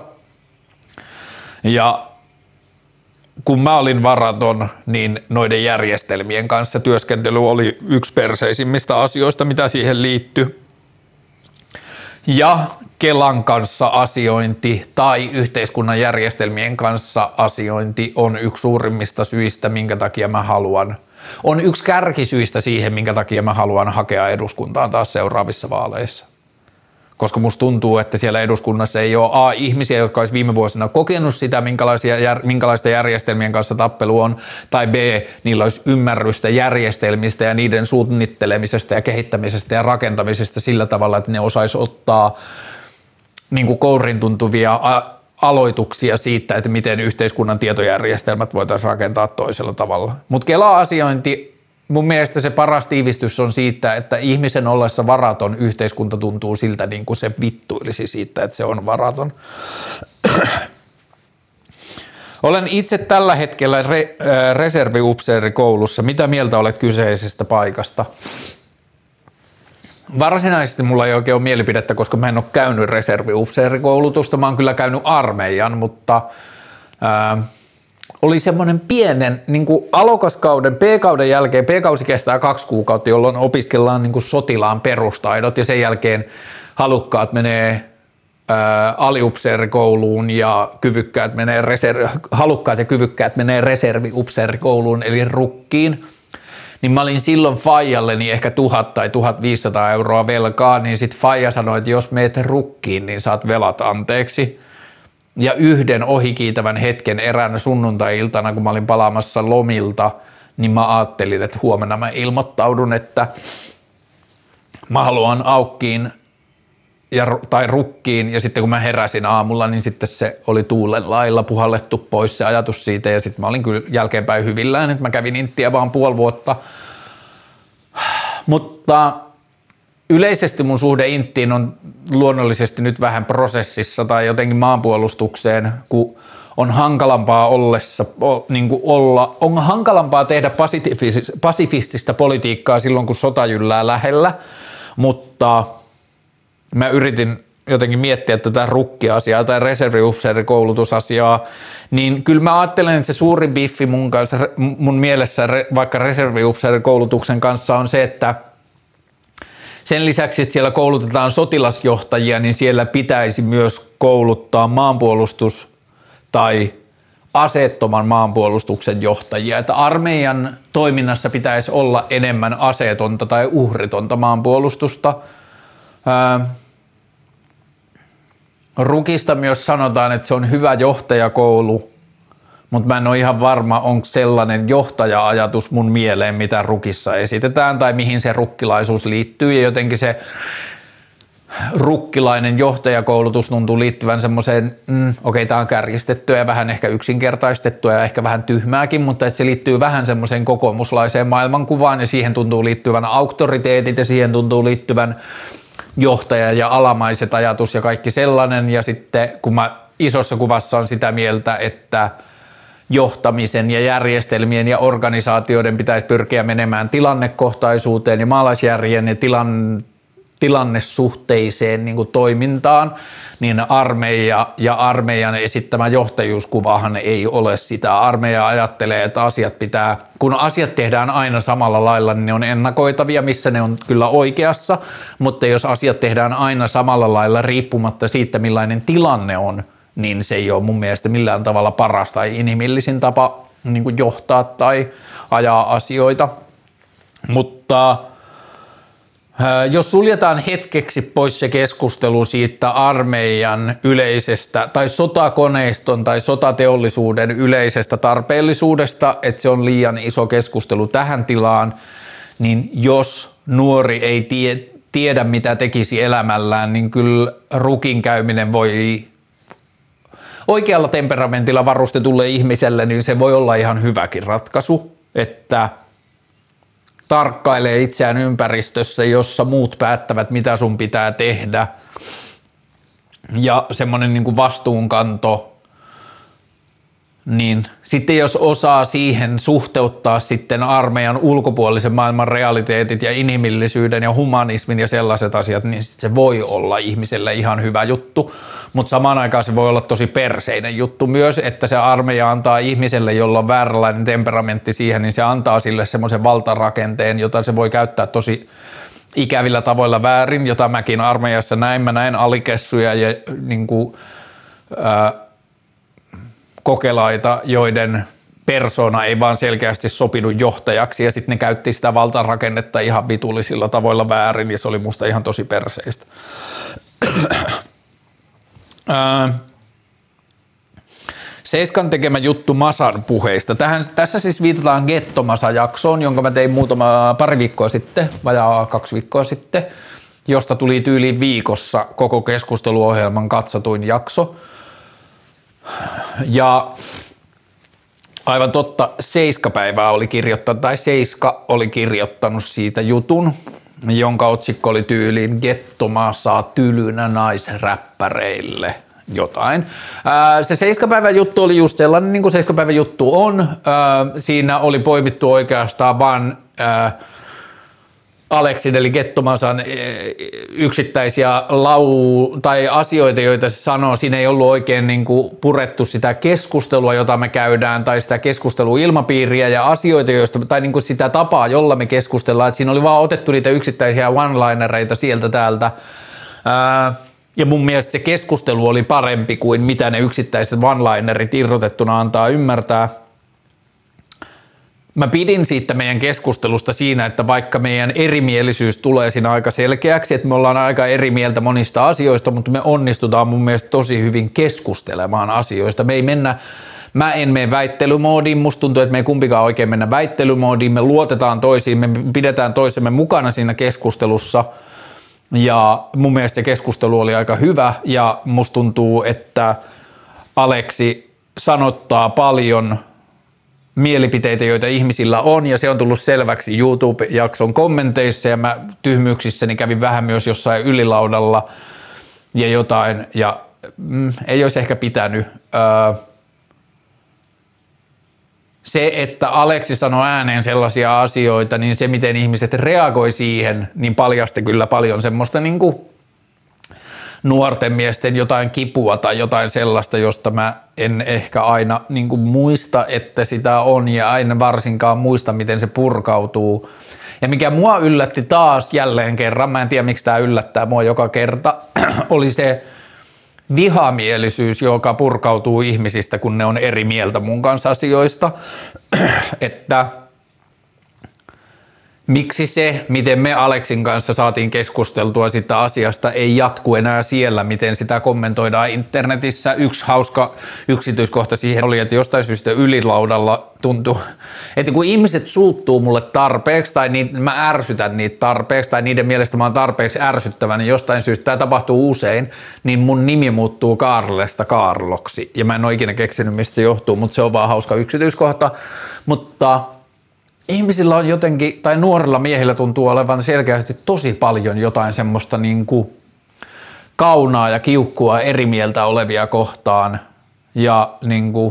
Ja kun mä olin varaton, niin noiden järjestelmien kanssa työskentely oli yksi perseisimmistä asioista, mitä siihen liittyi. Ja Kelan kanssa asiointi tai yhteiskunnan järjestelmien kanssa asiointi on yksi suurimmista syistä, minkä takia mä haluan. On yksi kärkisyistä siihen, minkä takia mä haluan hakea eduskuntaan taas seuraavissa vaaleissa. Koska musta tuntuu, että siellä eduskunnassa ei ole A, ihmisiä, jotka olisi viime vuosina kokenut sitä, minkälaista järjestelmien kanssa tappelu on, tai B, niillä olisi ymmärrystä järjestelmistä ja niiden suunnittelemisesta ja kehittämisestä ja rakentamisesta sillä tavalla, että ne osaisi ottaa niin kuin kourin tuntuvia aloituksia siitä, että miten yhteiskunnan tietojärjestelmät voitaisiin rakentaa toisella tavalla. Mutta Kela-asiointi, mun mielestä se paras tiivistys on siitä, että ihmisen ollessa varaton yhteiskunta tuntuu siltä niin kuin se vittuilisi siitä, että se on varaton. Olen itse tällä hetkellä reserviupseerikoulussa. Mitä mieltä olet kyseisestä paikasta? Varsinaisesti mulla ei oikein ole mielipidettä, koska mä en ole käynyt reserviupseerikoulutusta. Mä oon kyllä käynyt armeijan, mutta oli semmoinen pienen niin kuin alokaskauden, B-kauden jälkeen, B-kausi kestää 2 kuukautta, jolloin opiskellaan niin kuin sotilaan perustaidot ja sen jälkeen halukkaat menee aliupseerikouluun ja halukkaat ja kyvykkäät menee reserviupseerikouluun eli rukkiin. Niin mä olin silloin faijalleni ehkä 1000 tai 1500 euroa velkaa, niin sit faija sanoi, että jos meet rukkiin, niin saat velat anteeksi. Ja yhden ohikiitävän hetken eräänä sunnuntai-iltana, kun mä olin palaamassa lomilta, niin mä ajattelin, että huomenna mä ilmoittaudun, että mä haluan aukkiin tai rukkiin, ja sitten kun mä heräsin aamulla, niin sitten se oli tuulen lailla puhallettu pois se ajatus siitä, ja sitten mä olin kyllä jälkeenpäin hyvillään, että mä kävin inttiä vaan 5,5 vuotta. Mutta yleisesti mun suhde inttiin on luonnollisesti nyt vähän prosessissa tai jotenkin maanpuolustukseen, kun on hankalampaa on hankalampaa tehdä pasifistista politiikkaa silloin, kun sota jyllää lähellä, mutta mä yritin jotenkin miettiä tätä rukkiasiaa tai reserviupseerikoulutusasiaa, niin kyllä mä ajattelen, että se suurin biffi mun mielessä vaikka reserviupseerikoulutuksen kanssa on se, että sen lisäksi, että siellä koulutetaan sotilasjohtajia, niin siellä pitäisi myös kouluttaa maanpuolustus- tai aseettoman maanpuolustuksen johtajia. Että armeijan toiminnassa pitäisi olla enemmän aseetonta tai uhritonta maanpuolustusta. Rukista myös sanotaan, että se on hyvä johtajakoulu, mutta mä en ole ihan varma, onko sellainen johtaja-ajatus mun mieleen, mitä rukissa esitetään tai mihin se rukkilaisuus liittyy. Ja jotenkin se rukkilainen johtajakoulutus tuntuu liittyvän semmoiseen, tää on kärjistettyä ja vähän ehkä yksinkertaistettua ja ehkä vähän tyhmääkin, mutta että se liittyy vähän semmoiseen kokoomuslaiseen maailmankuvaan ja siihen tuntuu liittyvän auktoriteetit ja siihen tuntuu liittyvän johtaja ja alamaiset ajatus ja kaikki sellainen. Ja sitten kun mä isossa kuvassa on sitä mieltä, että johtamisen ja järjestelmien ja organisaatioiden pitäisi pyrkiä menemään tilannekohtaisuuteen ja maalaisjärjen ja tilannesuhteiseen niin kuin toimintaan, niin armeija ja armeijan esittämä johtajuuskuvahan ei ole sitä. Armeija ajattelee, että kun asiat tehdään aina samalla lailla, niin ne on ennakoitavia, missä ne on kyllä oikeassa, mutta jos asiat tehdään aina samalla lailla riippumatta siitä, millainen tilanne on, niin se ei ole mun mielestä millään tavalla paras tai inhimillisin tapa niin kuin johtaa tai ajaa asioita. Mutta jos suljetaan hetkeksi pois se keskustelu siitä armeijan yleisestä tai sotakoneiston tai sotateollisuuden yleisestä tarpeellisuudesta, että se on liian iso keskustelu tähän tilaan, niin jos nuori ei tiedä mitä tekisi elämällään, niin kyllä rukin käyminen voi oikealla temperamentilla varustetulle ihmiselle, niin se voi olla ihan hyväkin ratkaisu, että tarkkailee itseään ympäristössä, jossa muut päättävät, mitä sun pitää tehdä. Ja semmoinen niin kuin vastuunkanto, niin sitten jos osaa siihen suhteuttaa sitten armeijan ulkopuolisen maailman realiteetit ja inhimillisyyden ja humanismin ja sellaiset asiat, niin sitten se voi olla ihmiselle ihan hyvä juttu, mutta samaan aikaan se voi olla tosi perseinen juttu myös, että se armeija antaa ihmiselle, jolla on vääränlainen temperamentti siihen, niin se antaa sille semmoisen valtarakenteen, jota se voi käyttää tosi ikävillä tavoilla väärin, jota mäkin armeijassa näin. Mä näin alikessuja ja niin kuin, kokelaita, joiden persona ei vaan selkeästi sopinut johtajaksi ja sitten ne käytti sitä valtarakennetta ihan vitullisilla tavoilla väärin ja se oli musta ihan tosi perseistä. Seiskan tekemä juttu Masan puheista. Tässä siis viitataan Gettomasa-jaksoon, jonka mä tein pari viikkoa sitten, vajaa 2 viikkoa sitten, josta tuli tyyliin viikossa koko keskusteluohjelman katsotuin jakso. Ja aivan totta, Seiska-päivää oli kirjoittanut, tai Seiska oli kirjoittanut siitä jutun, jonka otsikko oli tyyliin Gettomasa tylynä naisräppäreille jotain. Se Seiskapäivän juttu oli just sellainen, niin kuin Seiskapäivän juttu on. Siinä oli poimittu oikeastaan vaan Aleksin eli Gettomasan yksittäisiä tai asioita, joita se sanoo. Siinä ei ollut oikein niin kuin purettu sitä keskustelua, jota me käydään, tai sitä keskusteluilmapiiriä ja asioita, joista, tai niin kuin sitä tapaa, jolla me keskustellaan. Että siinä oli vaan otettu niitä yksittäisiä one-linereita sieltä täältä. Ja mun mielestä se keskustelu oli parempi kuin mitä ne yksittäiset one-linerit irrotettuna antaa ymmärtää. Mä pidin siitä meidän keskustelusta siinä, että vaikka meidän erimielisyys tulee siinä aika selkeäksi, että me ollaan aika eri mieltä monista asioista, mutta me onnistutaan mun mielestä tosi hyvin keskustelemaan asioista. Mä en mene väittelymoodiin, musta tuntuu, että me ei kumpikaan oikein mennä väittelymoodiin, me luotetaan toisiin, me pidetään toisemme mukana siinä keskustelussa ja mun mielestä se keskustelu oli aika hyvä ja musta tuntuu, että Aleksi sanottaa paljon mielipiteitä, joita ihmisillä on, ja se on tullut selväksi YouTube-jakson kommenteissa, ja mä tyhmyyksissäni kävin vähän myös jossain ylilaudalla ja jotain, ja ei olisi ehkä pitänyt. Se, että Aleksi sanoi ääneen sellaisia asioita, niin se, miten ihmiset reagoi siihen, niin paljasti kyllä paljon semmoista niin kuin nuorten miesten jotain kipua tai jotain sellaista, josta mä en ehkä aina niin kuin muista, että sitä on ja aina varsinkaan muista, miten se purkautuu. Ja mikä mua yllätti taas jälleen kerran, mä en tiedä miksi tämä yllättää mua joka kerta, oli se vihamielisyys, joka purkautuu ihmisistä, kun ne on eri mieltä mun kanssa asioista, että miksi se, miten me Aleksin kanssa saatiin keskusteltua sitä asiasta, ei jatku enää siellä, miten sitä kommentoidaan internetissä. Yksi hauska yksityiskohta siihen oli, että jostain syystä ylilaudalla tuntui, että kun ihmiset suuttuu mulle tarpeeksi tai mä ärsytän niitä tarpeeksi tai niiden mielestä mä oon tarpeeksi ärsyttävä, niin jostain syystä tämä tapahtuu usein, niin mun nimi muuttuu Kaarlesta Kaarloksi. Ja mä en ole ikinä keksinyt, mistä se johtuu, mutta se on vaan hauska yksityiskohta. Mutta ihmisillä on jotenkin, tai nuorilla miehillä tuntuu olevan selkeästi tosi paljon jotain semmoista niin kuin kaunaa ja kiukkua eri mieltä olevia kohtaan. Ja niin kuin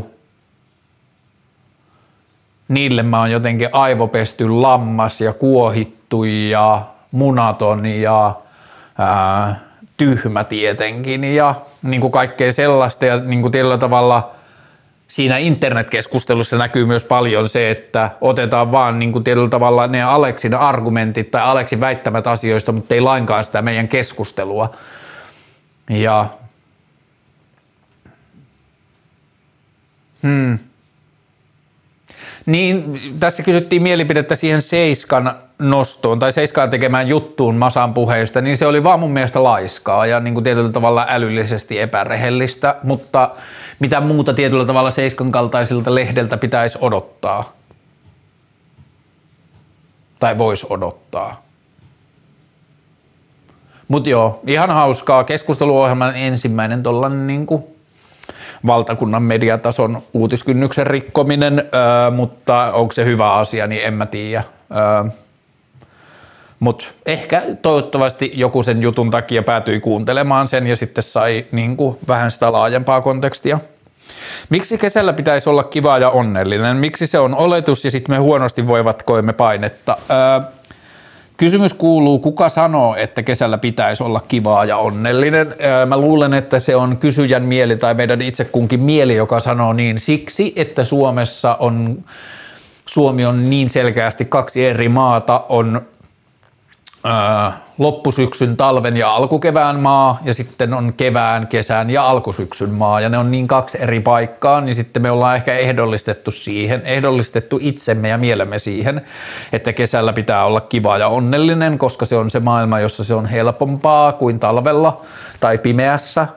niille mä oon jotenkin aivopesty lammas ja kuohittu ja munaton ja tyhmä tietenkin ja niin kuin kaikkea sellaista ja niin kuin tietyllä tavalla siinä internetkeskustelussa näkyy myös paljon se, että otetaan vaan niin kuin tietyllä tavalla ne Aleksin argumentit tai Aleksin väittämät asioista, mutta ei lainkaan sitä meidän keskustelua. Ja niin, tässä kysyttiin mielipidettä siihen Seiskan nostoon tai Seiskaan tekemään juttuun Masan puheista, niin se oli vaan mun mielestä laiskaa ja niin kuin tietyllä tavalla älyllisesti epärehellistä, mutta mitä muuta tietyllä tavalla Seiskan kaltaisilta lehdeltä pitäisi odottaa? Tai voisi odottaa. Mut joo, ihan hauskaa. Keskusteluohjelman ensimmäinen tollanen niinku valtakunnan mediatason uutiskynnyksen rikkominen, mutta onko se hyvä asia, niin en mä tiedä. Mutta ehkä toivottavasti joku sen jutun takia päätyi kuuntelemaan sen ja sitten sai niinku vähän sitä laajempaa kontekstia. Miksi kesällä pitäisi olla kiva ja onnellinen? Miksi se on oletus ja sitten me huonosti voivat koemme painetta? Kysymys kuuluu, kuka sanoo, että kesällä pitäisi olla kivaa ja onnellinen? Mä luulen, että se on kysyjän mieli tai meidän itse kunkin mieli, joka sanoo niin siksi, että Suomi on niin selkeästi kaksi eri maata, on loppusyksyn, talven ja alkukevään maa ja sitten on kevään, kesän ja alkusyksyn maa ja ne on niin kaksi eri paikkaa, niin sitten me ollaan ehkä ehdollistettu itsemme ja mielemme siihen, että kesällä pitää olla kiva ja onnellinen, koska se on se maailma, jossa se on helpompaa kuin talvella tai pimeässä,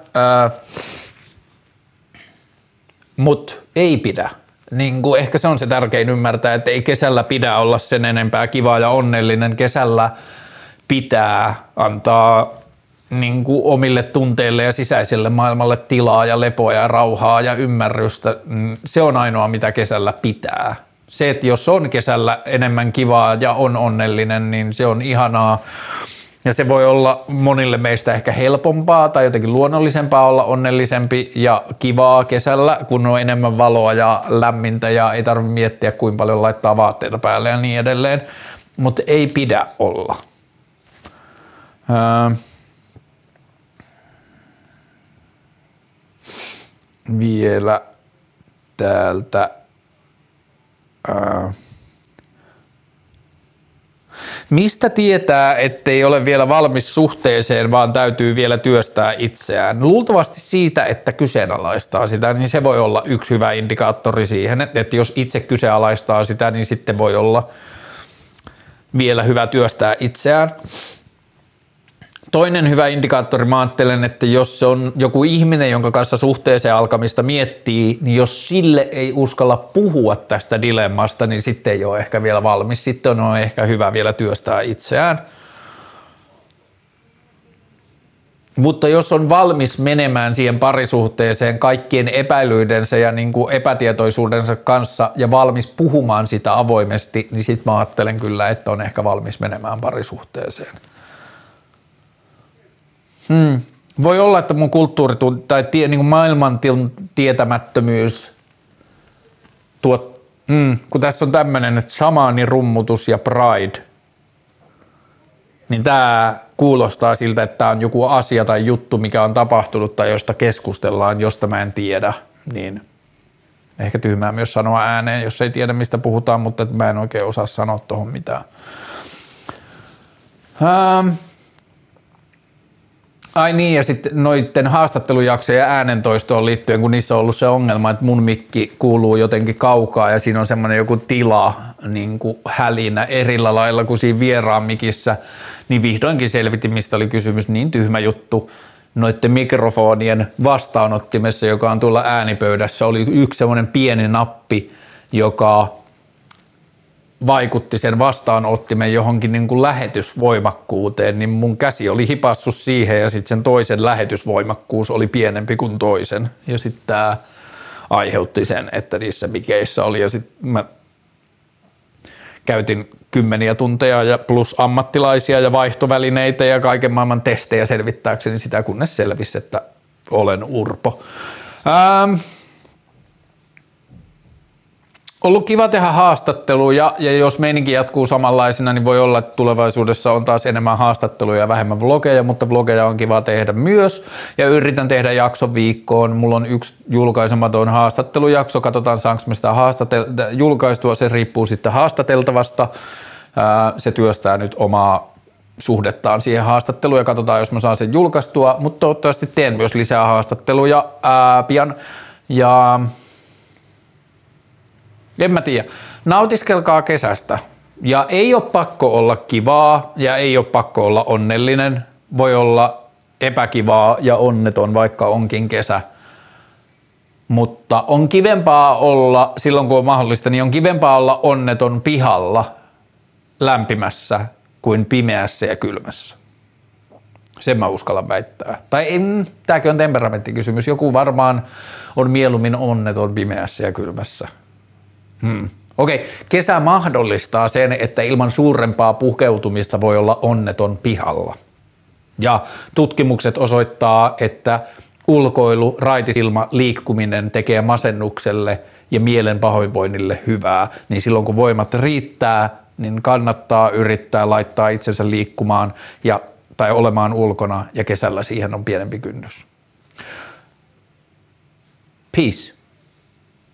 mut ei pidä. Niin kuin ehkä se on se tärkein ymmärtää, että ei kesällä pidä olla sen enempää kiva ja onnellinen. Kesällä pitää antaa niin kuin omille tunteille ja sisäiselle maailmalle tilaa ja lepoa ja rauhaa ja ymmärrystä. Se on ainoa, mitä kesällä pitää. Se, että jos on kesällä enemmän kivaa ja on onnellinen, niin se on ihanaa. Ja se voi olla monille meistä ehkä helpompaa tai jotenkin luonnollisempaa olla onnellisempi ja kivaa kesällä, kun on enemmän valoa ja lämmintä ja ei tarvitse miettiä, kuinka paljon laittaa vaatteita päälle ja niin edelleen. Mutta ei pidä olla. Vielä täältä. Mistä tietää, ettei ole vielä valmis suhteeseen, vaan täytyy vielä työstää itseään? Luultavasti siitä, että kyseenalaistaa sitä, niin se voi olla yksi hyvä indikaattori siihen, että jos itse kyseenalaistaa sitä, niin sitten voi olla vielä hyvä työstää itseään. Toinen hyvä indikaattori, mä ajattelen, että jos se on joku ihminen, jonka kanssa suhteeseen alkamista miettii, niin jos sille ei uskalla puhua tästä dilemmasta, niin sitten ei ole ehkä vielä valmis. Sitten on ehkä hyvä vielä työstää itseään. Mutta jos on valmis menemään siihen parisuhteeseen kaikkien epäilyidensä ja niin kuin epätietoisuudensa kanssa ja valmis puhumaan sitä avoimesti, niin sitten mä ajattelen kyllä, että on ehkä valmis menemään parisuhteeseen. Voi olla, että mun kulttuuri tai niin maailman tietämättömyys, kun tässä on tämmöinen, että shamaani, rummutus ja pride, niin tää kuulostaa siltä, että tää on joku asia tai juttu, mikä on tapahtunut tai josta keskustellaan, josta mä en tiedä, niin ehkä tyhmää myös sanoa ääneen, jos ei tiedä mistä puhutaan, mutta mä en oikein osaa sanoa tohon mitään. Ai niin, ja sitten noitten haastattelujaksojen äänentoistoon liittyen, kun niissä on ollut se ongelma, että mun mikki kuuluu jotenkin kaukaa ja siinä on semmoinen joku tila, niin kuin hälinä erillä lailla kuin siinä vieraan mikissä, niin vihdoinkin selvitin, mistä oli kysymys. Niin tyhmä juttu. Noitten mikrofonien vastaanottimessa, joka on tuolla äänipöydässä, oli yksi semmoinen pieni nappi, joka vaikutti sen vastaanottimen johonkin niin kuin lähetysvoimakkuuteen, niin mun käsi oli hipassut siihen ja sitten sen toisen lähetysvoimakkuus oli pienempi kuin toisen. Ja sitten tämä aiheutti sen, että niissä mikeissä oli ja sitten mä käytin kymmeniä tunteja ja plus ammattilaisia ja vaihtovälineitä ja kaiken maailman testejä selvittääkseni sitä, kunnes selvisi, että olen urpo. Ollut kiva tehdä haastatteluja ja jos meininki jatkuu samanlaisena, niin voi olla, että tulevaisuudessa on taas enemmän haastatteluja ja vähemmän vlogeja, mutta vlogeja on kiva tehdä myös ja yritän tehdä jakson viikkoon. Mulla on yksi julkaisematon haastattelujakso, katsotaan saanko me sitä julkaistua, se riippuu sitten haastateltavasta. Se työstää nyt omaa suhdettaan siihen haastatteluun ja katsotaan, jos mä saan sen julkaistua, mutta toivottavasti teen myös lisää haastatteluja pian ja en mä tiedä. Nautiskelkaa kesästä. Ja ei ole pakko olla kivaa ja ei ole pakko olla onnellinen. Voi olla epäkivaa ja onneton, vaikka onkin kesä. Mutta on kivempaa olla, silloin kun on mahdollista, niin on kivempaa olla onneton pihalla lämpimässä kuin pimeässä ja kylmässä. Sen mä uskallan väittää. Tai tääkin on temperamenttikysymys. Joku varmaan on mieluummin onneton pimeässä ja kylmässä. Okei, kesä mahdollistaa sen, että ilman suurempaa pukeutumista voi olla onneton pihalla. Ja tutkimukset osoittaa, että ulkoilu, raitisilma, liikkuminen tekee masennukselle ja mielen pahoinvoinnille hyvää. Niin silloin kun voimat riittää, niin kannattaa yrittää laittaa itsensä liikkumaan tai olemaan ulkona ja kesällä siihen on pienempi kynnys. Peace.